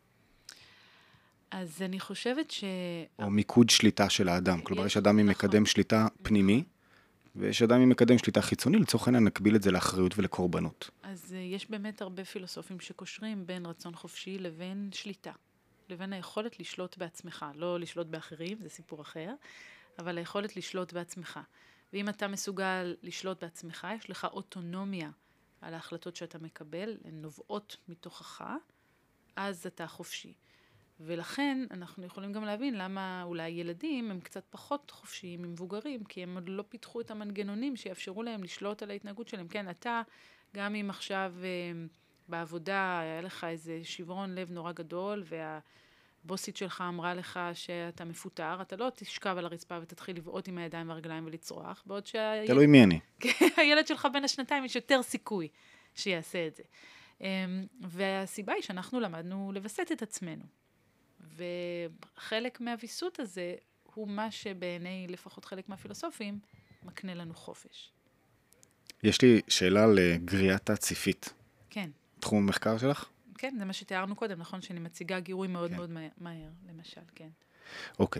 אז אני חושבת ש... או מיקוד שליטה של האדם. כלומר, יש אדם עם מקדם שליטה פנימי, ויש אדם עם מקדם שליטה חיצוני, לצורך העניין נקביל את זה לאחריות ולקורבנות. אז יש באמת הרבה פילוסופים שקושרים בין רצון חופשי לבין שליטה, לבין היכולת לשלוט בעצמך, לא לשלוט באחרים, זה סיפור אחר, אבל היכולת לשלוט בעצמך. ואם אתה מסוגל לשלוט בעצמך, יש לך אוטונומיה על ההחלטות שאתה מקבל, הן נובעות מתוכך, אז אתה חופשי. ולכן אנחנו יכולים גם להבין למה אולי ילדים הם קצת פחות חופשיים ממבוגרים, כי הם עוד לא פיתחו את המנגנונים שיאפשרו להם לשלוט על ההתנהגות שלהם. כן, אתה, גם אם עכשיו בעבודה היה לך איזה שברון לב נורא גדול, והבוסית שלך אמרה לך שאתה מפוטר, אתה לא תשכב על הרצפה ותתחיל לבעוט עם הידיים והרגליים ולצרוח, בעוד שהילד... תלוי מי אני. הילד שלך בין השנתיים יש יותר סיכוי שיעשה את זה. והסיבה היא שאנחנו למדנו לבסט את עצמנו. וחלק מהוויסות הזה הוא מה שבעיני לפחות חלק מהפילוסופים מקנה לנו חופש. יש לי שאלה לגריעת הציפית. כן. תחום המחקר שלך? כן, זה מה שתיארנו קודם, נכון? שאני מציגה גירוי מאוד כן. מאוד מהר, למשל, כן. אוקיי.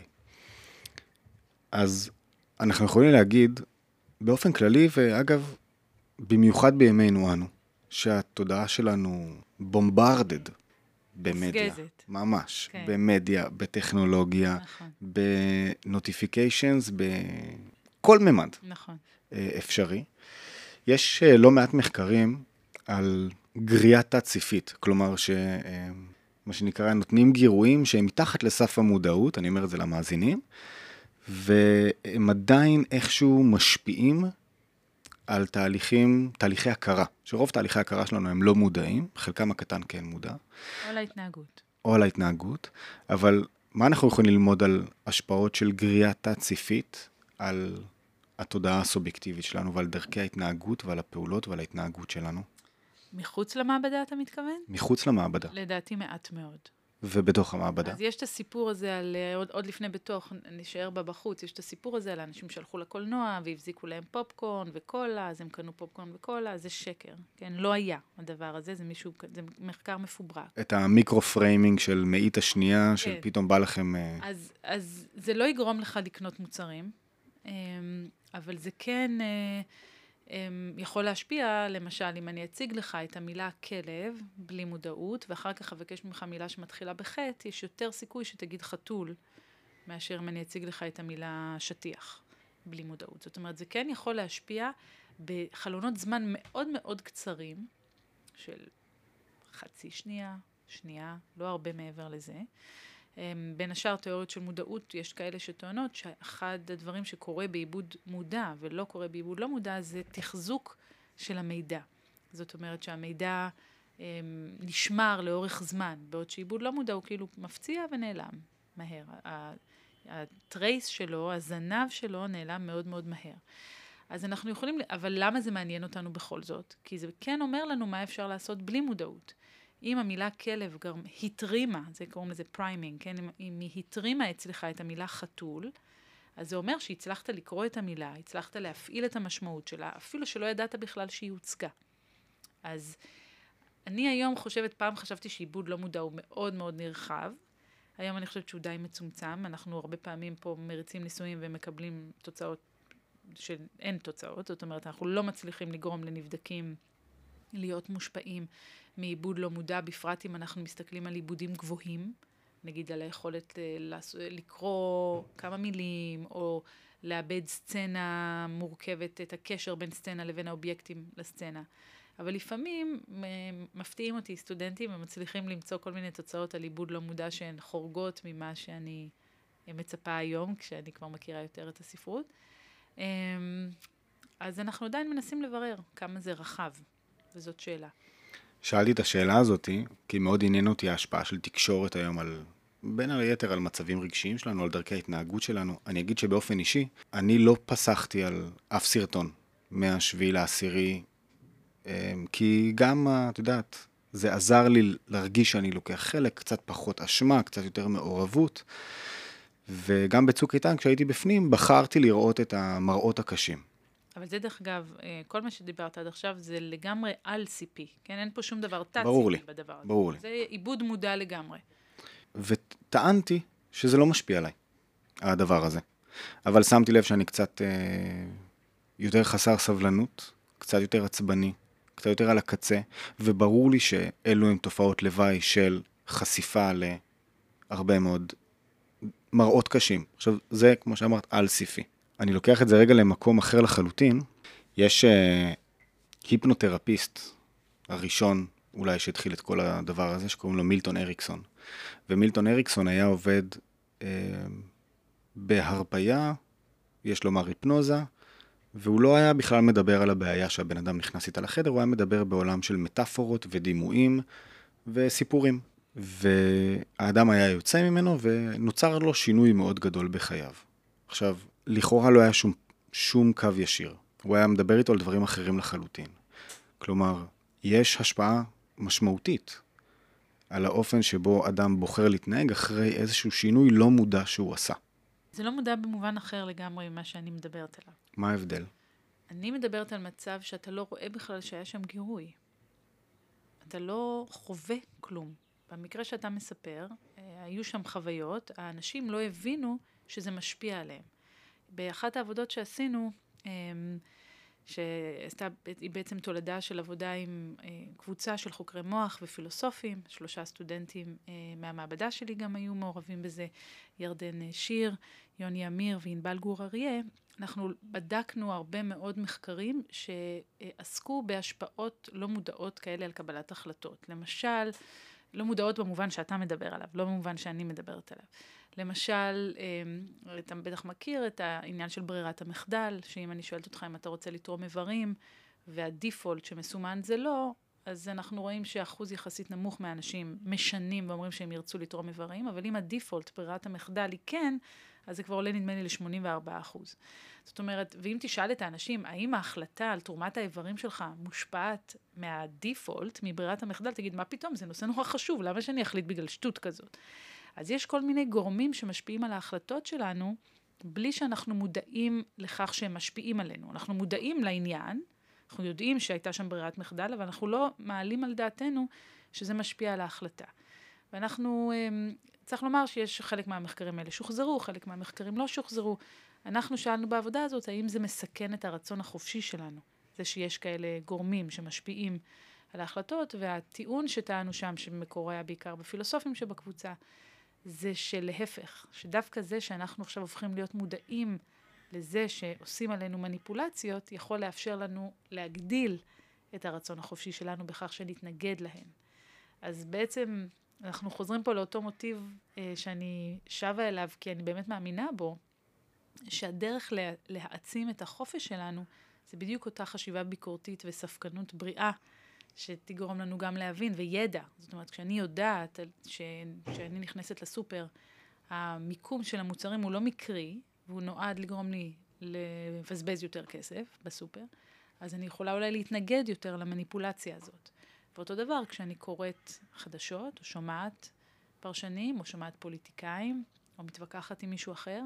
אז אנחנו יכולים להגיד, באופן כללי, ואגב, במיוחד בימינו אנו, שהתודעה שלנו בומברדד במדיה. מפגזת. ממש. כן. במדיה, בטכנולוגיה, נכון. בנוטיפיקיישנס, בכל ממד. נכון. אפשרי. יש לא מעט מחקרים על גריעת תת-ציפית, כלומר ש... מה שנקרא, נותנים גירויים שהם מתחת לסף המודעות, אני אומר את זה למאזינים, והם עדיין איכשהו משפיעים על תהליכים, תהליכי הכרה, שרוב תהליכי הכרה שלנו הם לא מודעים, חלקם הקטן כן מודע. או על ההתנהגות. או על ההתנהגות, אבל מה אנחנו יכולים ללמוד על השפעות של גריעת תת-ציפית, על התודעה הסובייקטיבית שלנו, ועל דרכי ההתנהגות ועל הפעולות ועל ההתנהגות שלנו? מחוץ למעבדה אתה מתכוון? מחוץ למעבדה. לדעתי מעט מאוד. ובתוך המעבדה. אז יש את הסיפור הזה על, עוד, עוד לפני בתוך, נשאר בה בחוץ, יש את הסיפור הזה על האנשים שהלכו לקולנוע והבזיקו להם פופקורן וקולה, אז הם קנו פופקורן וקולה, זה שקר, כן? לא היה הדבר הזה, זה מישהו, זה מחקר מפוברק. את המיקרו-פריימינג של מאית השנייה, כן. של פתאום בא לכם... אז, אז זה לא יגרום לך לקנות מוצרים, אבל זה כן... יכול להשפיע, למשל, אם אני אציג לך את המילה כלב, בלי מודעות, ואחר כך אבקש ממך מילה שמתחילה בחטא, יש יותר סיכוי שתגיד חתול, מאשר אם אני אציג לך את המילה שטיח, בלי מודעות. זאת אומרת, זה כן יכול להשפיע בחלונות זמן מאוד מאוד קצרים, של חצי שנייה, שנייה, לא הרבה מעבר לזה. בין השאר תיאוריות של מודעות, יש כאלה שטוענות שאחד הדברים שקורה בעיבוד מודע ולא קורה בעיבוד לא מודע, זה תחזוק של המידע. זאת אומרת שהמידע הם, נשמר לאורך זמן, בעוד שעיבוד לא מודע הוא כאילו מפציע ונעלם מהר. הטרייס שלו, הזנב שלו נעלם מאוד מאוד מהר. אז אנחנו יכולים, אבל למה זה מעניין אותנו בכל זאת? כי זה כן אומר לנו מה אפשר לעשות בלי מודעות. אם המילה כלב גם התרימה, זה קוראים לזה פריימינג, כן? אם היא התרימה אצלך את המילה חתול, אז זה אומר שהצלחת לקרוא את המילה, הצלחת להפעיל את המשמעות שלה, אפילו שלא ידעת בכלל שהיא הוצגה. אז אני היום חושבת, פעם חשבתי שעיבוד לא מודע הוא מאוד מאוד נרחב, היום אני חושבת שהוא די מצומצם, אנחנו הרבה פעמים פה מריצים ניסויים ומקבלים תוצאות שאין תוצאות, זאת אומרת, אנחנו לא מצליחים לגרום לנבדקים להיות מושפעים מעיבוד לא מודע, בפרט אם אנחנו מסתכלים על עיבודים גבוהים, נגיד על היכולת לקרוא כמה מילים, או לאבד סצנה מורכבת, את הקשר בין סצנה לבין האובייקטים לסצנה. אבל לפעמים מפתיעים אותי סטודנטים, הם מצליחים למצוא כל מיני תוצאות על עיבוד לא מודע שהן חורגות ממה שאני מצפה היום, כשאני כבר מכירה יותר את הספרות. אז אנחנו עדיין מנסים לברר כמה זה רחב, וזאת שאלה. שאלתי את השאלה הזאת, כי מאוד עניין אותי ההשפעה של תקשורת היום על, בין היתר על מצבים רגשיים שלנו, על דרכי ההתנהגות שלנו. אני אגיד שבאופן אישי, אני לא פסחתי על אף סרטון מהשביעי לעשירי, כי גם, את יודעת, זה עזר לי להרגיש שאני לוקח חלק, קצת פחות אשמה, קצת יותר מעורבות, וגם בצוק איתן, כשהייתי בפנים, בחרתי לראות את המראות הקשים. אבל זה דרך אגב, כל מה שדיברת עד עכשיו זה לגמרי על סי פי, כן? אין פה שום דבר תת-סי פי בדבר הזה. ברור לי. זה עיבוד מודע לגמרי. וטענתי שזה לא משפיע עליי, הדבר הזה. אבל שמתי לב שאני קצת אה, יותר חסר סבלנות, קצת יותר עצבני, קצת יותר על הקצה, וברור לי שאלו הם תופעות לוואי של חשיפה להרבה מאוד מראות קשים. עכשיו, זה, כמו שאמרת, על סי פי. אני לוקח את זה רגע למקום אחר לחלוטין. יש אה, היפנותרפיסט הראשון, אולי שהתחיל את כל הדבר הזה, שקוראים לו מילטון אריקסון. ומילטון אריקסון היה עובד אה, בהרפיה, יש לומר היפנוזה, והוא לא היה בכלל מדבר על הבעיה שהבן אדם נכנס איתה לחדר, הוא היה מדבר בעולם של מטאפורות ודימויים וסיפורים. והאדם היה יוצא ממנו ונוצר לו שינוי מאוד גדול בחייו. עכשיו, לכאורה לא היה שום, שום קו ישיר. הוא היה מדבר איתו על דברים אחרים לחלוטין. כלומר, יש השפעה משמעותית על האופן שבו אדם בוחר להתנהג אחרי איזשהו שינוי לא מודע שהוא עשה. זה לא מודע במובן אחר לגמרי ממה שאני מדברת עליו. מה ההבדל? אני מדברת על מצב שאתה לא רואה בכלל שהיה שם גירוי. אתה לא חווה כלום. במקרה שאתה מספר, היו שם חוויות, האנשים לא הבינו שזה משפיע עליהם. באחת העבודות שעשינו, שהיא בעצם תולדה של עבודה עם קבוצה של חוקרי מוח ופילוסופים, שלושה סטודנטים מהמעבדה שלי גם היו מעורבים בזה, ירדן שיר, יוני אמיר וענבל גור אריה. אנחנו בדקנו הרבה מאוד מחקרים שעסקו בהשפעות לא מודעות כאלה על קבלת החלטות. למשל, לא מודעות במובן שאתה מדבר עליו, לא במובן שאני מדברת עליו. למשל, אתה בטח מכיר את העניין של ברירת המחדל, שאם אני שואלת אותך אם אתה רוצה לתרום איברים, והדיפולט שמסומן זה לא, אז אנחנו רואים שאחוז יחסית נמוך מהאנשים משנים ואומרים שהם ירצו לתרום איברים, אבל אם הדיפולט, ברירת המחדל היא כן, אז זה כבר עולה נדמה לי ל-שמונים וארבעה אחוז. זאת אומרת, ואם תשאל את האנשים, האם ההחלטה על תרומת האיברים שלך מושפעת מהדיפולט, מברירת המחדל, תגיד, מה פתאום? זה נושא נורא חשוב, למה שאני אחליט בגלל שטות כזאת? אז יש כל מיני גורמים שמשפיעים על ההחלטות שלנו, בלי שאנחנו מודעים לכך שהם משפיעים עלינו. אנחנו מודעים לעניין, אנחנו יודעים שהייתה שם ברירת מחדל, אבל אנחנו לא מעלים על דעתנו שזה משפיע על ההחלטה. ואנחנו, צריך לומר שיש חלק מהמחקרים האלה שוחזרו, חלק מהמחקרים לא שוחזרו. אנחנו שאלנו בעבודה הזאת, האם זה מסכן את הרצון החופשי שלנו? זה שיש כאלה גורמים שמשפיעים על ההחלטות, והטיעון שטענו שם, שמקור היה בעיקר בפילוסופים שבקבוצה, זה שלהפך, שדווקא זה שאנחנו עכשיו הופכים להיות מודעים לזה שעושים עלינו מניפולציות, יכול לאפשר לנו להגדיל את הרצון החופשי שלנו בכך שנתנגד להן. אז בעצם אנחנו חוזרים פה לאותו מוטיב אה, שאני שווה אליו, כי אני באמת מאמינה בו, שהדרך לה, להעצים את החופש שלנו, זה בדיוק אותה חשיבה ביקורתית וספקנות בריאה, שתגרום לנו גם להבין, וידע. זאת אומרת, כשאני יודעת ש... שאני נכנסת לסופר, המיקום של המוצרים הוא לא מקרי, והוא נועד לגרום לי לבזבז יותר כסף בסופר, אז אני יכולה אולי להתנגד יותר למניפולציה הזאת. ואותו דבר, כשאני קוראת חדשות, או שומעת פרשנים, או שומעת פוליטיקאים, או מתווכחת עם מישהו אחר,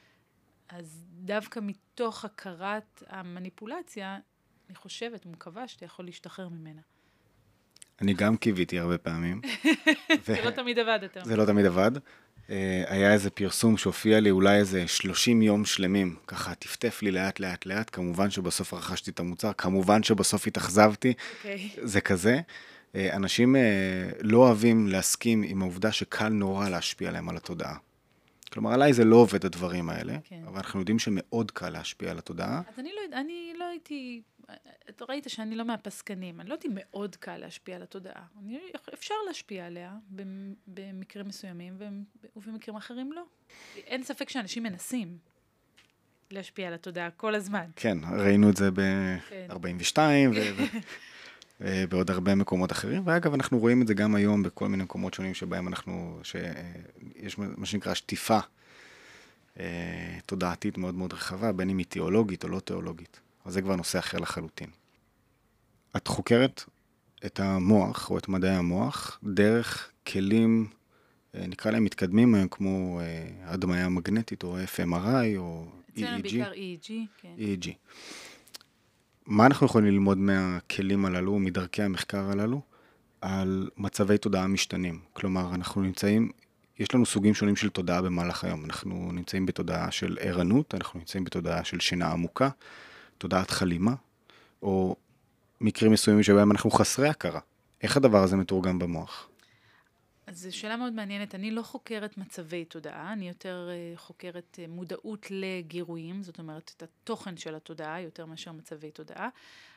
אז דווקא מתוך הכרת המניפולציה, אני חושבת ומקווה שאתה יכול להשתחרר ממנה. אני גם קיוויתי הרבה פעמים. זה לא תמיד עבד, אתה אומר. זה לא תמיד עבד. היה איזה פרסום שהופיע לי אולי איזה שלושים יום שלמים, ככה טפטף לי לאט לאט לאט, כמובן שבסוף רכשתי את המוצר, כמובן שבסוף התאכזבתי, זה כזה. אנשים לא אוהבים להסכים עם העובדה שקל נורא להשפיע עליהם על התודעה. כלומר, עליי זה לא עובד הדברים האלה, כן. אבל אנחנו יודעים שמאוד קל להשפיע על התודעה. אז אני לא, אני לא הייתי, אתה ראית שאני לא מהפסקנים, אני לא הייתי מאוד קל להשפיע על התודעה. אני, אפשר להשפיע עליה במקרים מסוימים, ובמקרים אחרים לא. אין ספק שאנשים מנסים להשפיע על התודעה כל הזמן. כן, ראינו את זה ב-ארבעים ושתיים, ו... בעוד הרבה מקומות אחרים, ואגב, אנחנו רואים את זה גם היום בכל מיני מקומות שונים שבהם אנחנו, שיש מה שנקרא שטיפה תודעתית מאוד מאוד רחבה, בין אם היא תיאולוגית או לא תיאולוגית. אז זה כבר נושא אחר לחלוטין. את חוקרת את המוח, או את מדעי המוח, דרך כלים, נקרא להם מתקדמים היום, כמו הדמיה מגנטית, או אף אם אר איי, או E E G. אצלנו בעיקר E E G, כן. E E G. מה אנחנו יכולים ללמוד מהכלים הללו, מדרכי המחקר הללו, על מצבי תודעה משתנים? כלומר, אנחנו נמצאים, יש לנו סוגים שונים של תודעה במהלך היום. אנחנו נמצאים בתודעה של ערנות, אנחנו נמצאים בתודעה של שינה עמוקה, תודעת חלימה, או מקרים מסוימים שבהם אנחנו חסרי הכרה. איך הדבר הזה מתורגם במוח? אז זו שאלה מאוד מעניינת. אני לא חוקרת מצבי תודעה, אני יותר חוקרת מודעות לגירויים, זאת אומרת, את התוכן של התודעה, יותר מאשר מצבי תודעה.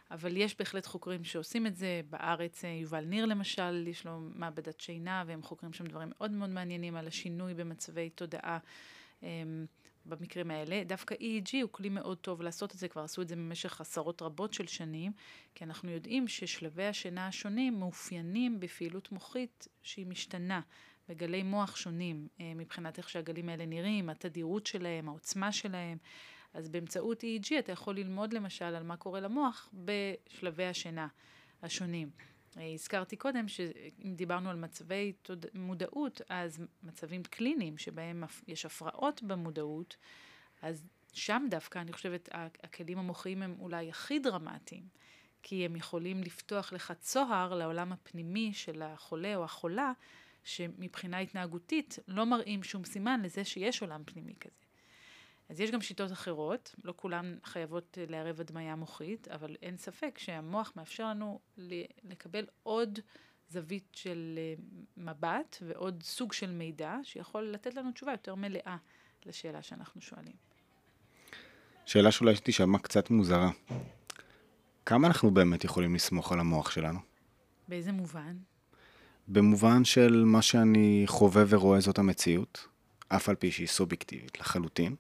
אבל יש בהחלט חוקרים שעושים את זה. בארץ יובל ניר למשל, יש לו מעבדת שינה, והם חוקרים שם דברים מאוד מאוד מעניינים על השינוי במצבי תודעה במקרים האלה. דווקא אי אי ג'י הוא כלי מאוד טוב לעשות את זה, כבר עשו את זה במשך עשרות רבות של שנים, כי אנחנו יודעים ששלבי השינה השונים מאופיינים בפעילות מוחית שהיא משתנה, בגלי מוח שונים, מבחינת איך שהגלים האלה נראים, התדירות שלהם, העוצמה שלהם. אז באמצעות אי אי ג'י אתה יכול ללמוד למשל על מה קורה למוח בשלבי השינה השונים. הזכרתי קודם שאם דיברנו על מצבי מודעות, אז מצבים קליניים שבהם יש הפרעות במודעות, אז שם דווקא אני חושבת הכלים המוחיים הם אולי הכי דרמטיים, כי הם יכולים לפתוח לך צוהר לעולם הפנימי של החולה או החולה, שמבחינה התנהגותית לא מראים שום סימן לזה שיש עולם פנימי כזה. אז יש גם שיטות אחרות, לא כולן חייבות לערב הדמיה מוחית, אבל אין ספק שהמוח מאפשר לנו לקבל עוד זווית של מבט ועוד סוג של מידע שיכול לתת לנו תשובה יותר מלאה לשאלה שאנחנו שואלים. שאלה שאולי שתשמע קצת מוזרה. כמה אנחנו באמת יכולים לסמוך על המוח שלנו? באיזה מובן? במובן של מה שאני חווה ורואה זאת המציאות, אף על פי שהיא סובייקטיבית לחלוטין.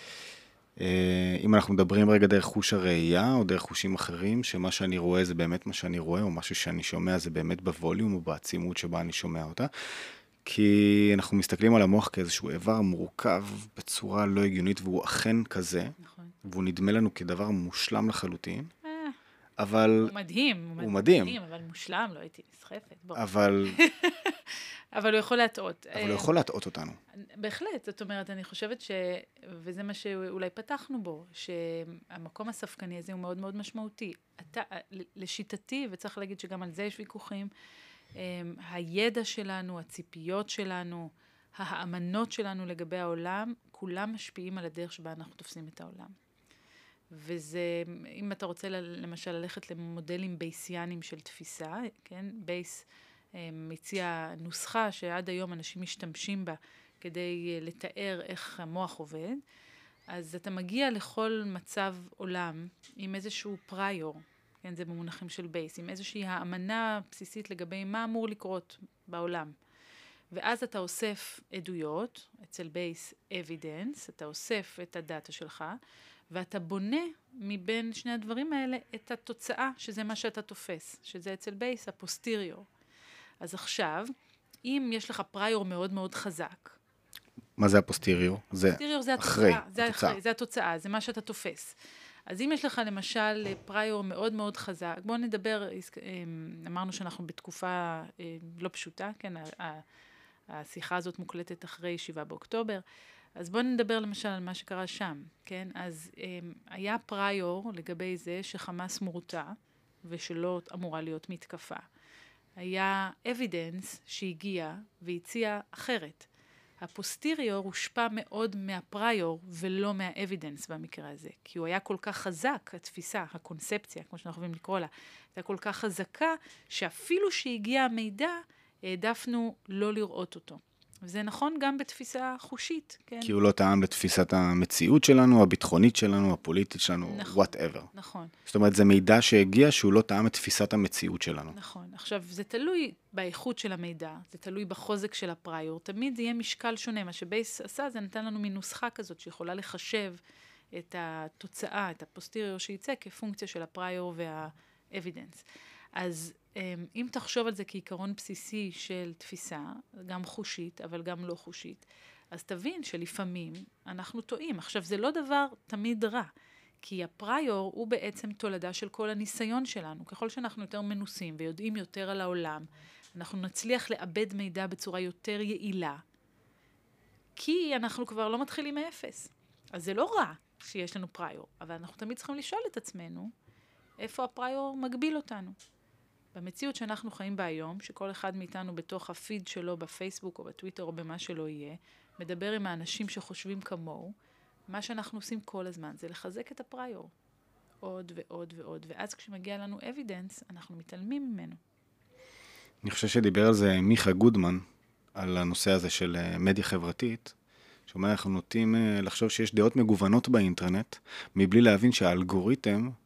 אם אנחנו מדברים רגע דרך חוש הראייה או דרך חושים אחרים, שמה שאני רואה זה באמת מה שאני רואה, או משהו שאני שומע זה באמת בווליום או בעצימות שבה אני שומע אותה, כי אנחנו מסתכלים על המוח כאיזשהו איבר מורכב בצורה לא הגיונית, והוא אכן כזה, נכון. והוא נדמה לנו כדבר מושלם לחלוטין, אבל... הוא מדהים, הוא מדהים, מדהים אבל מושלם, לא הייתי נסחפת. בוא. אבל... אבל הוא יכול להטעות. אבל הוא יכול להטעות אותנו. בהחלט, זאת אומרת, אני חושבת ש... וזה מה שאולי פתחנו בו, שהמקום הספקני הזה הוא מאוד מאוד משמעותי. אתה, לשיטתי, וצריך להגיד שגם על זה יש ויכוחים, הידע שלנו, הציפיות שלנו, האמנות שלנו לגבי העולם, כולם משפיעים על הדרך שבה אנחנו תופסים את העולם. וזה, אם אתה רוצה למשל ללכת למודלים בייסיאנים של תפיסה, כן, בייס מציע נוסחה שעד היום אנשים משתמשים בה כדי לתאר איך המוח עובד, אז אתה מגיע לכל מצב עולם עם איזשהו פריור, כן, זה במונחים של בייס, עם איזושהי האמנה בסיסית לגבי מה אמור לקרות בעולם. ואז אתה אוסף עדויות, אצל בייס אבידנס, אתה אוסף את הדאטה שלך, ואתה בונה מבין שני הדברים האלה את התוצאה, שזה מה שאתה תופס, שזה אצל בייס הפוסטיריור. אז עכשיו, אם יש לך פריור מאוד מאוד חזק, מה זה הפוסטיריור? זה הפוסטיריור זה אחרי, התוצאה, זה אחרי, זה התוצאה, זה מה שאתה תופס. אז אם יש לך למשל פריור מאוד מאוד חזק, בואו נדבר, אמרנו שאנחנו בתקופה לא פשוטה, כן, השיחה הזאת מוקלטת אחרי שבעה באוקטובר, אז בואו נדבר למשל על מה שקרה שם, כן? אז היה פריור לגבי זה שחמאס מורתע, ושלא אמורה להיות מתקפה. היה אבידנס שהגיע והציע אחרת. הפוסטיריור הושפע מאוד מהפריור ולא מהאבידנס במקרה הזה, כי הוא היה כל כך חזק, התפיסה, הקונספציה, כמו שאנחנו יכולים לקרוא לה, הייתה כל כך חזקה, שאפילו שהגיע המידע, העדפנו לא לראות אותו. וזה נכון גם בתפיסה חושית, כן? כי הוא לא טעם לתפיסת המציאות שלנו, הביטחונית שלנו, הפוליטית שלנו, נכון, whatever. נכון. זאת אומרת, זה מידע שהגיע שהוא לא טעם את תפיסת המציאות שלנו. נכון. עכשיו, זה תלוי באיכות של המידע, זה תלוי בחוזק של הפריור, תמיד זה יהיה משקל שונה. מה שבייס עשה, זה נתן לנו מנוסחה כזאת, שיכולה לחשב את התוצאה, את הפוסטיריור שייצא, כפונקציה של הפריור והאבידנס. אז אם תחשוב על זה כעיקרון בסיסי של תפיסה, גם חושית, אבל גם לא חושית, אז תבין שלפעמים אנחנו טועים. עכשיו, זה לא דבר תמיד רע, כי הפריור הוא בעצם תולדה של כל הניסיון שלנו. ככל שאנחנו יותר מנוסים ויודעים יותר על העולם, אנחנו נצליח לאבד מידע בצורה יותר יעילה, כי אנחנו כבר לא מתחילים מאפס. אז זה לא רע שיש לנו פריור, אבל אנחנו תמיד צריכים לשאול את עצמנו, איפה הפריור מגביל אותנו? במציאות שאנחנו חיים בה היום, שכל אחד מאיתנו בתוך הפיד שלו בפייסבוק או בטוויטר או במה שלא יהיה, מדבר עם האנשים שחושבים כמוהו, מה שאנחנו עושים כל הזמן זה לחזק את הפריור. עוד ועוד ועוד, ואז כשמגיע לנו אבידנס, אנחנו מתעלמים ממנו. אני חושב שדיבר על זה מיכה גודמן, על הנושא הזה של מדיה חברתית, שאומר אנחנו נוטים לחשוב שיש דעות מגוונות באינטרנט, מבלי להבין שהאלגוריתם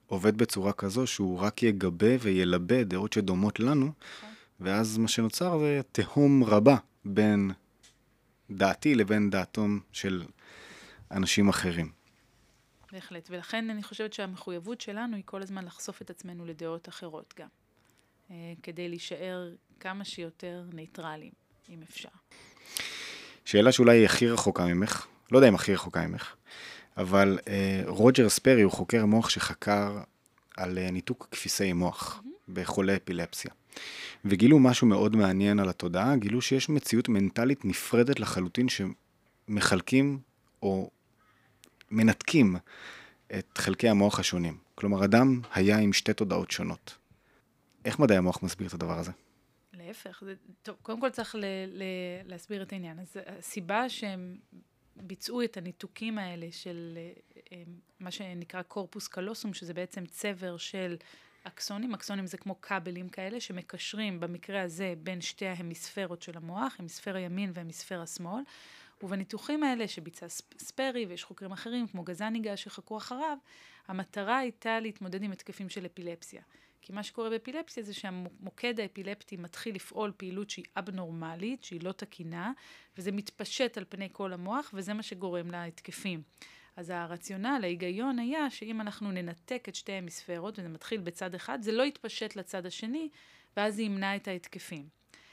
עובד בצורה כזו שהוא רק יגבה וילבה דעות שדומות לנו, ואז מה שנוצר זה תהום רבה בין דעתי לבין דעתום של אנשים אחרים. בהחלט, ולכן אני חושבת שהמחויבות שלנו היא כל הזמן לחשוף את עצמנו לדעות אחרות גם, כדי להישאר כמה שיותר ניטרלים, אם אפשר. שאלה שאולי היא הכי רחוקה ממך, לא יודע אם הכי רחוקה ממך, אבל אה, רוג'ר ספרי הוא חוקר מוח שחקר על אה, ניתוק כפיסי מוח mm-hmm. בחולי אפילפסיה. וגילו משהו מאוד מעניין על התודעה, גילו שיש מציאות מנטלית נפרדת לחלוטין שמחלקים או מנתקים את חלקי המוח השונים. כלומר, אדם היה עם שתי תודעות שונות. איך מדעי המוח מסביר את הדבר הזה? להפך, זה, טוב, קודם כל צריך ל, ל, להסביר את העניין. אז הסיבה שהם ביצעו את הניתוקים האלה של מה שנקרא קורפוס קלוסום, שזה בעצם צבר של אקסונים, אקסונים זה כמו כבלים כאלה שמקשרים במקרה הזה בין שתי ההמיספרות של המוח, המיספר הימין וההמיספר השמאל, ובניתוחים האלה שביצע ספרי ויש חוקרים אחרים כמו גזניגה שחקרו אחריו, המטרה הייתה להתמודד עם התקפים של אפילפסיה. כי מה שקורה באפילפסיה זה שהמוקד האפילפטי מתחיל לפעול פעילות שהיא אבנורמלית, שהיא לא תקינה, וזה מתפשט על פני כל המוח, וזה מה שגורם להתקפים. אז הרציונל, ההיגיון היה שאם אנחנו ננתק את שתי המספרות, וזה מתחיל בצד אחד, זה לא יתפשט לצד השני, ואז זה ימנע את ההתקפים.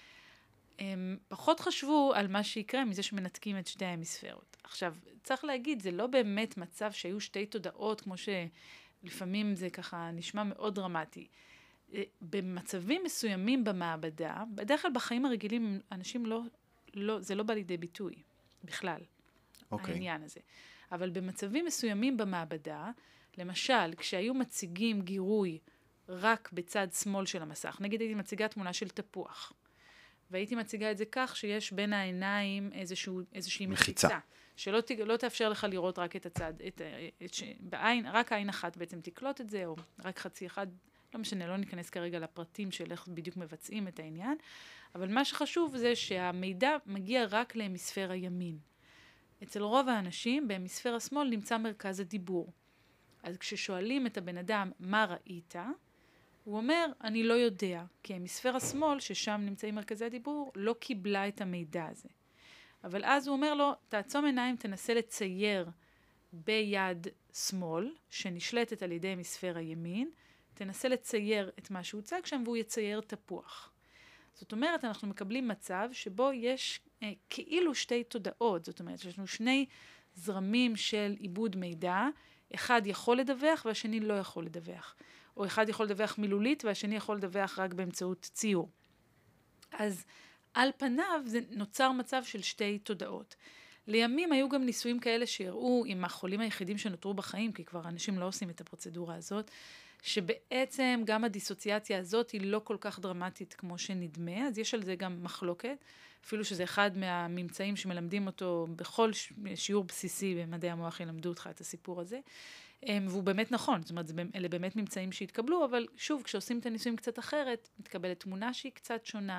הם פחות חשבו על מה שיקרה מזה שמנתקים את שתי המספרות. עכשיו, צריך להגיד, זה לא באמת מצב שהיו שתי תודעות, כמו שלפעמים זה ככה נשמע מאוד דרמטי. במצבים מסוימים במעבדה, בדרך כלל בחיים הרגילים, אנשים לא, לא, זה לא בא לידי ביטוי, בכלל, okay. העניין הזה. אבל במצבים מסוימים במעבדה, למשל, כשהיו מציגים גירוי רק בצד שמאל של המסך, נגיד הייתי מציגה תמונה של תפוח, והייתי מציגה את זה כך שיש בין העיניים איזשהו, איזושהי מחיצה, מחיצה שלא ת, לא תאפשר לך לראות רק את הצד, את, את, ש, בעין, רק העין אחת בעצם תקלוט את זה, או רק חצי אחד, לא משנה, לא ניכנס כרגע לפרטים של איך בדיוק מבצעים את העניין, אבל מה שחשוב זה שהמידע מגיע רק להמיספר הימין. אצל רוב האנשים, בהמיספר השמאל נמצא מרכז הדיבור. אז כששואלים את הבן אדם, מה ראית? הוא אומר, אני לא יודע, כי ההמיספר השמאל, ששם נמצאים מרכזי הדיבור, לא קיבלה את המידע הזה. אבל אז הוא אומר לו, תעצום עיניים, תנסה לצייר ביד שמאל, שנשלטת על ידי ההמיספר הימין, תנסה לצייר את מה שהוצג שם, והוא יצייר תפוח. זאת אומרת, אנחנו מקבלים מצב שבו יש אה, כאילו שתי תודעות, זאת אומרת, יש לנו שני זרמים של עיבוד מידע, אחד יכול לדווח והשני לא יכול לדווח. או אחד יכול לדווח מילולית והשני יכול לדווח רק באמצעות ציור. אז על פניו זה נוצר מצב של שתי תודעות. לימים היו גם ניסויים כאלה שהראו עם החולים היחידים שנותרו בחיים, כי כבר אנשים לא עושים את הפרוצדורה הזאת, שבעצם גם הדיסוציאציה הזאת היא לא כל כך דרמטית כמו שנדמה, אז יש על זה גם מחלוקת, אפילו שזה אחד מהממצאים שמלמדים אותו בכל שיעור בסיסי במדעי המוח ילמדו אותך את הסיפור הזה, והוא באמת נכון, זאת אומרת, אלה באמת ממצאים שהתקבלו, אבל שוב, כשעושים את הניסויים קצת אחרת, מתקבלת תמונה שהיא קצת שונה,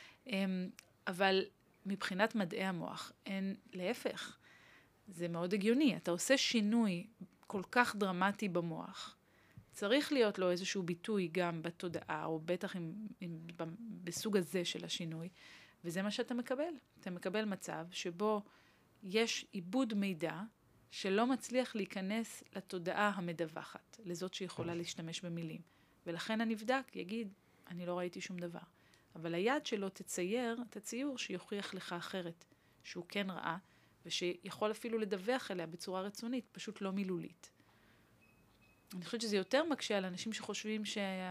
אבל מבחינת מדעי המוח, אין להפך, זה מאוד הגיוני, אתה עושה שינוי כל כך דרמטי במוח, צריך להיות לו איזשהו ביטוי גם בתודעה, או בטח עם, עם, בסוג הזה של השינוי, וזה מה שאתה מקבל. אתה מקבל מצב שבו יש עיבוד מידע שלא מצליח להיכנס לתודעה המדווחת, לזאת שיכולה להשתמש במילים. ולכן הנבדק יגיד, אני לא ראיתי שום דבר. אבל היד שלו תצייר את הציור שיוכיח לך אחרת, שהוא כן ראה, ושיכול אפילו לדווח אליה בצורה רצונית, פשוט לא מילולית. אני חושבת שזה יותר מקשה על אנשים שחושבים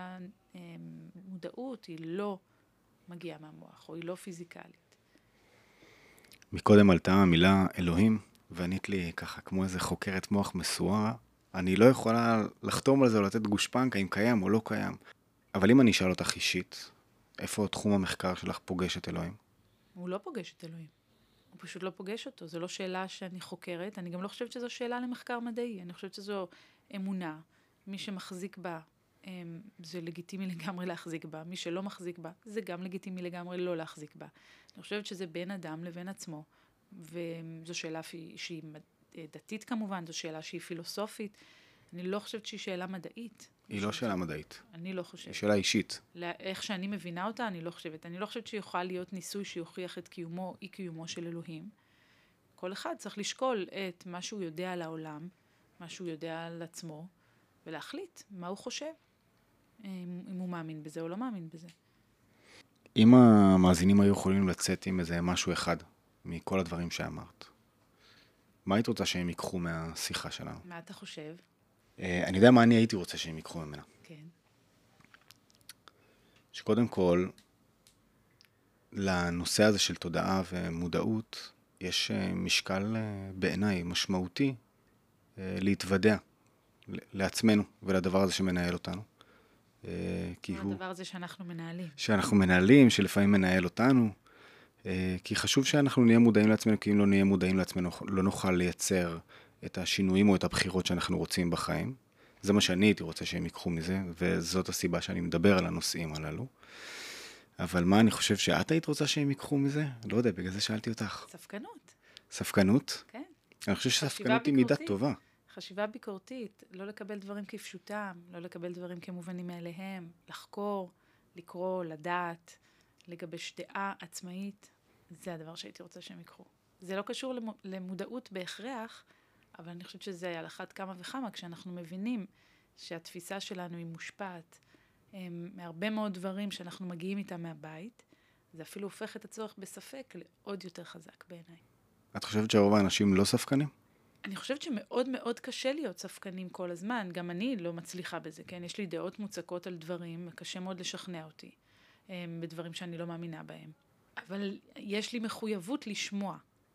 שהמודעות היא לא מגיעה מהמוח, או היא לא פיזיקלית. מקודם עלתה המילה אלוהים, וענית לי ככה כמו איזה חוקרת מוח מסועה, אני לא יכולה לחתום על זה או לתת גושפנקה אם קיים או לא קיים. אבל אם אני אשאל אותך אישית, איפה תחום המחקר שלך פוגש את אלוהים? הוא לא פוגש את אלוהים. הוא פשוט לא פוגש אותו. זו לא שאלה שאני חוקרת. אני גם לא חושבת שזו שאלה למחקר מדעי. אני חושבת שזו אמונה. מי שמחזיק בה, זה לגיטימי לגמרי להחזיק בה. מי שלא מחזיק בה, זה גם לגיטימי לגמרי לא להחזיק בה. אני חושבת שזה בין אדם לבין עצמו. וזו שאלה שהיא דתית כמובן, זו שאלה שהיא פילוסופית. אני לא חושבת שהיא שאלה מדעית. היא לא שאלה מדעית. אני לא חושבת. היא שאלה אישית. איך שאני מבינה אותה, אני לא חושבת. אני לא חושבת שיוכל להיות ניסוי שיוכיח את קיומו, אי קיומו של אלוהים. כל אחד צריך לשקול את מה שהוא יודע על העולם, מה שהוא יודע על עצמו, ולהחליט מה הוא חושב, אם, אם הוא מאמין בזה או לא מאמין בזה. אם המאזינים היו יכולים לצאת עם איזה משהו אחד, מכל הדברים שאמרת, מה היית רוצה שהם ייקחו מהשיחה שלנו? מה אתה חושב? אני יודע מה אני הייתי רוצה שהם ייקחו ממנה. כן. שקודם כל, לנושא הזה של תודעה ומודעות, יש משקל בעיניי משמעותי להתוודע לעצמנו ולדבר הזה שמנהל אותנו. כי הוא... הדבר הזה שאנחנו מנהלים. שאנחנו מנהלים, שלפעמים מנהל אותנו. כי חשוב שאנחנו נהיה מודעים לעצמנו, כי אם לא נהיה מודעים לעצמנו, לא נוכל לייצר את השינויים או את הבחירות שאנחנו רוצים בחיים. זה מה שאני הייתי רוצה שהם ייקחו מזה, וזאת הסיבה שאני מדבר על הנושאים הללו. אבל מה אני חושב שאת היית רוצה שהם ייקחו מזה? לא יודע, בגלל זה שאלתי אותך. ספקנות. ספקנות? כן. אני חושב שספקנות היא מידה טובה. חשיבה ביקורתית, לא לקבל דברים כפשוטם, לא לקבל דברים כמובנים מאליהם, לחקור, לקרוא, לדעת, לגבש דעה עצמאית. זה הדבר שהייתי רוצה שהם יקחו. זה לא קשור למודעות בהכרח, אבל אני חושבת שזה על אחת כמה וכמה, כשאנחנו מבינים שהתפיסה שלנו היא מושפעת מהרבה מאוד דברים שאנחנו מגיעים איתם מהבית, זה אפילו הופך את הצורך בספק לעוד יותר חזק בעיניי. את חושבת שרוב האנשים לא ספקנים? אני חושבת שמאוד מאוד קשה להיות ספקנים כל הזמן. גם אני לא מצליחה בזה, כן? יש לי דעות מוצקות על דברים, קשה מאוד לשכנע אותי בדברים שאני לא מאמינה בהם. אבל יש לי מחויבות לשמוע.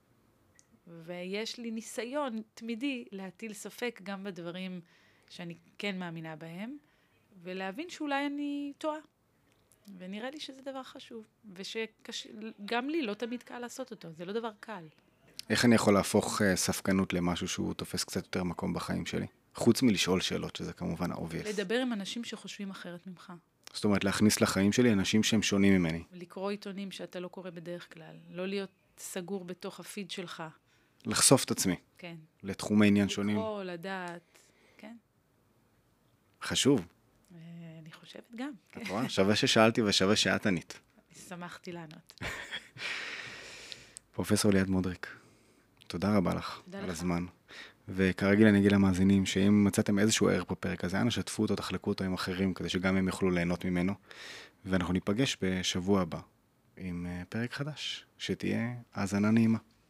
ויש לי ניסיון תמידי להטיל ספק גם בדברים שאני כן מאמינה בהם, ולהבין שאולי אני טועה. ונראה לי שזה דבר חשוב, ושגם לי לא תמיד קל לעשות אותו, זה לא דבר קל. איך אני יכול להפוך ספקנות למשהו שהוא תופס קצת יותר מקום בחיים שלי? חוץ מלשאול שאלות, שזה כמובן ה-obvious. לדבר עם אנשים שחושבים אחרת ממך. זאת אומרת, להכניס לחיים שלי אנשים שהם שונים ממני. לקרוא עיתונים שאתה לא קורא בדרך כלל. לא להיות סגור בתוך הפיד שלך. לחשוף את עצמי. כן. לתחומי עניין שונים. לקרוא, לדעת, כן. חשוב. אני חושבת גם. את רואה? שווה ששאלתי ושווה שאת ענית. שמחתי לענות. פרופסור ליעד מודריק, תודה רבה לך תודה על לך. הזמן. וכרגיל אני אגיד למאזינים שאם מצאתם איזשהו ערך בפרק הזה, אנא שתפו אותו, תחלקו אותו עם אחרים, כדי שגם הם יוכלו ליהנות ממנו. ואנחנו ניפגש בשבוע הבא עם פרק חדש, שתהיה האזנה נעימה.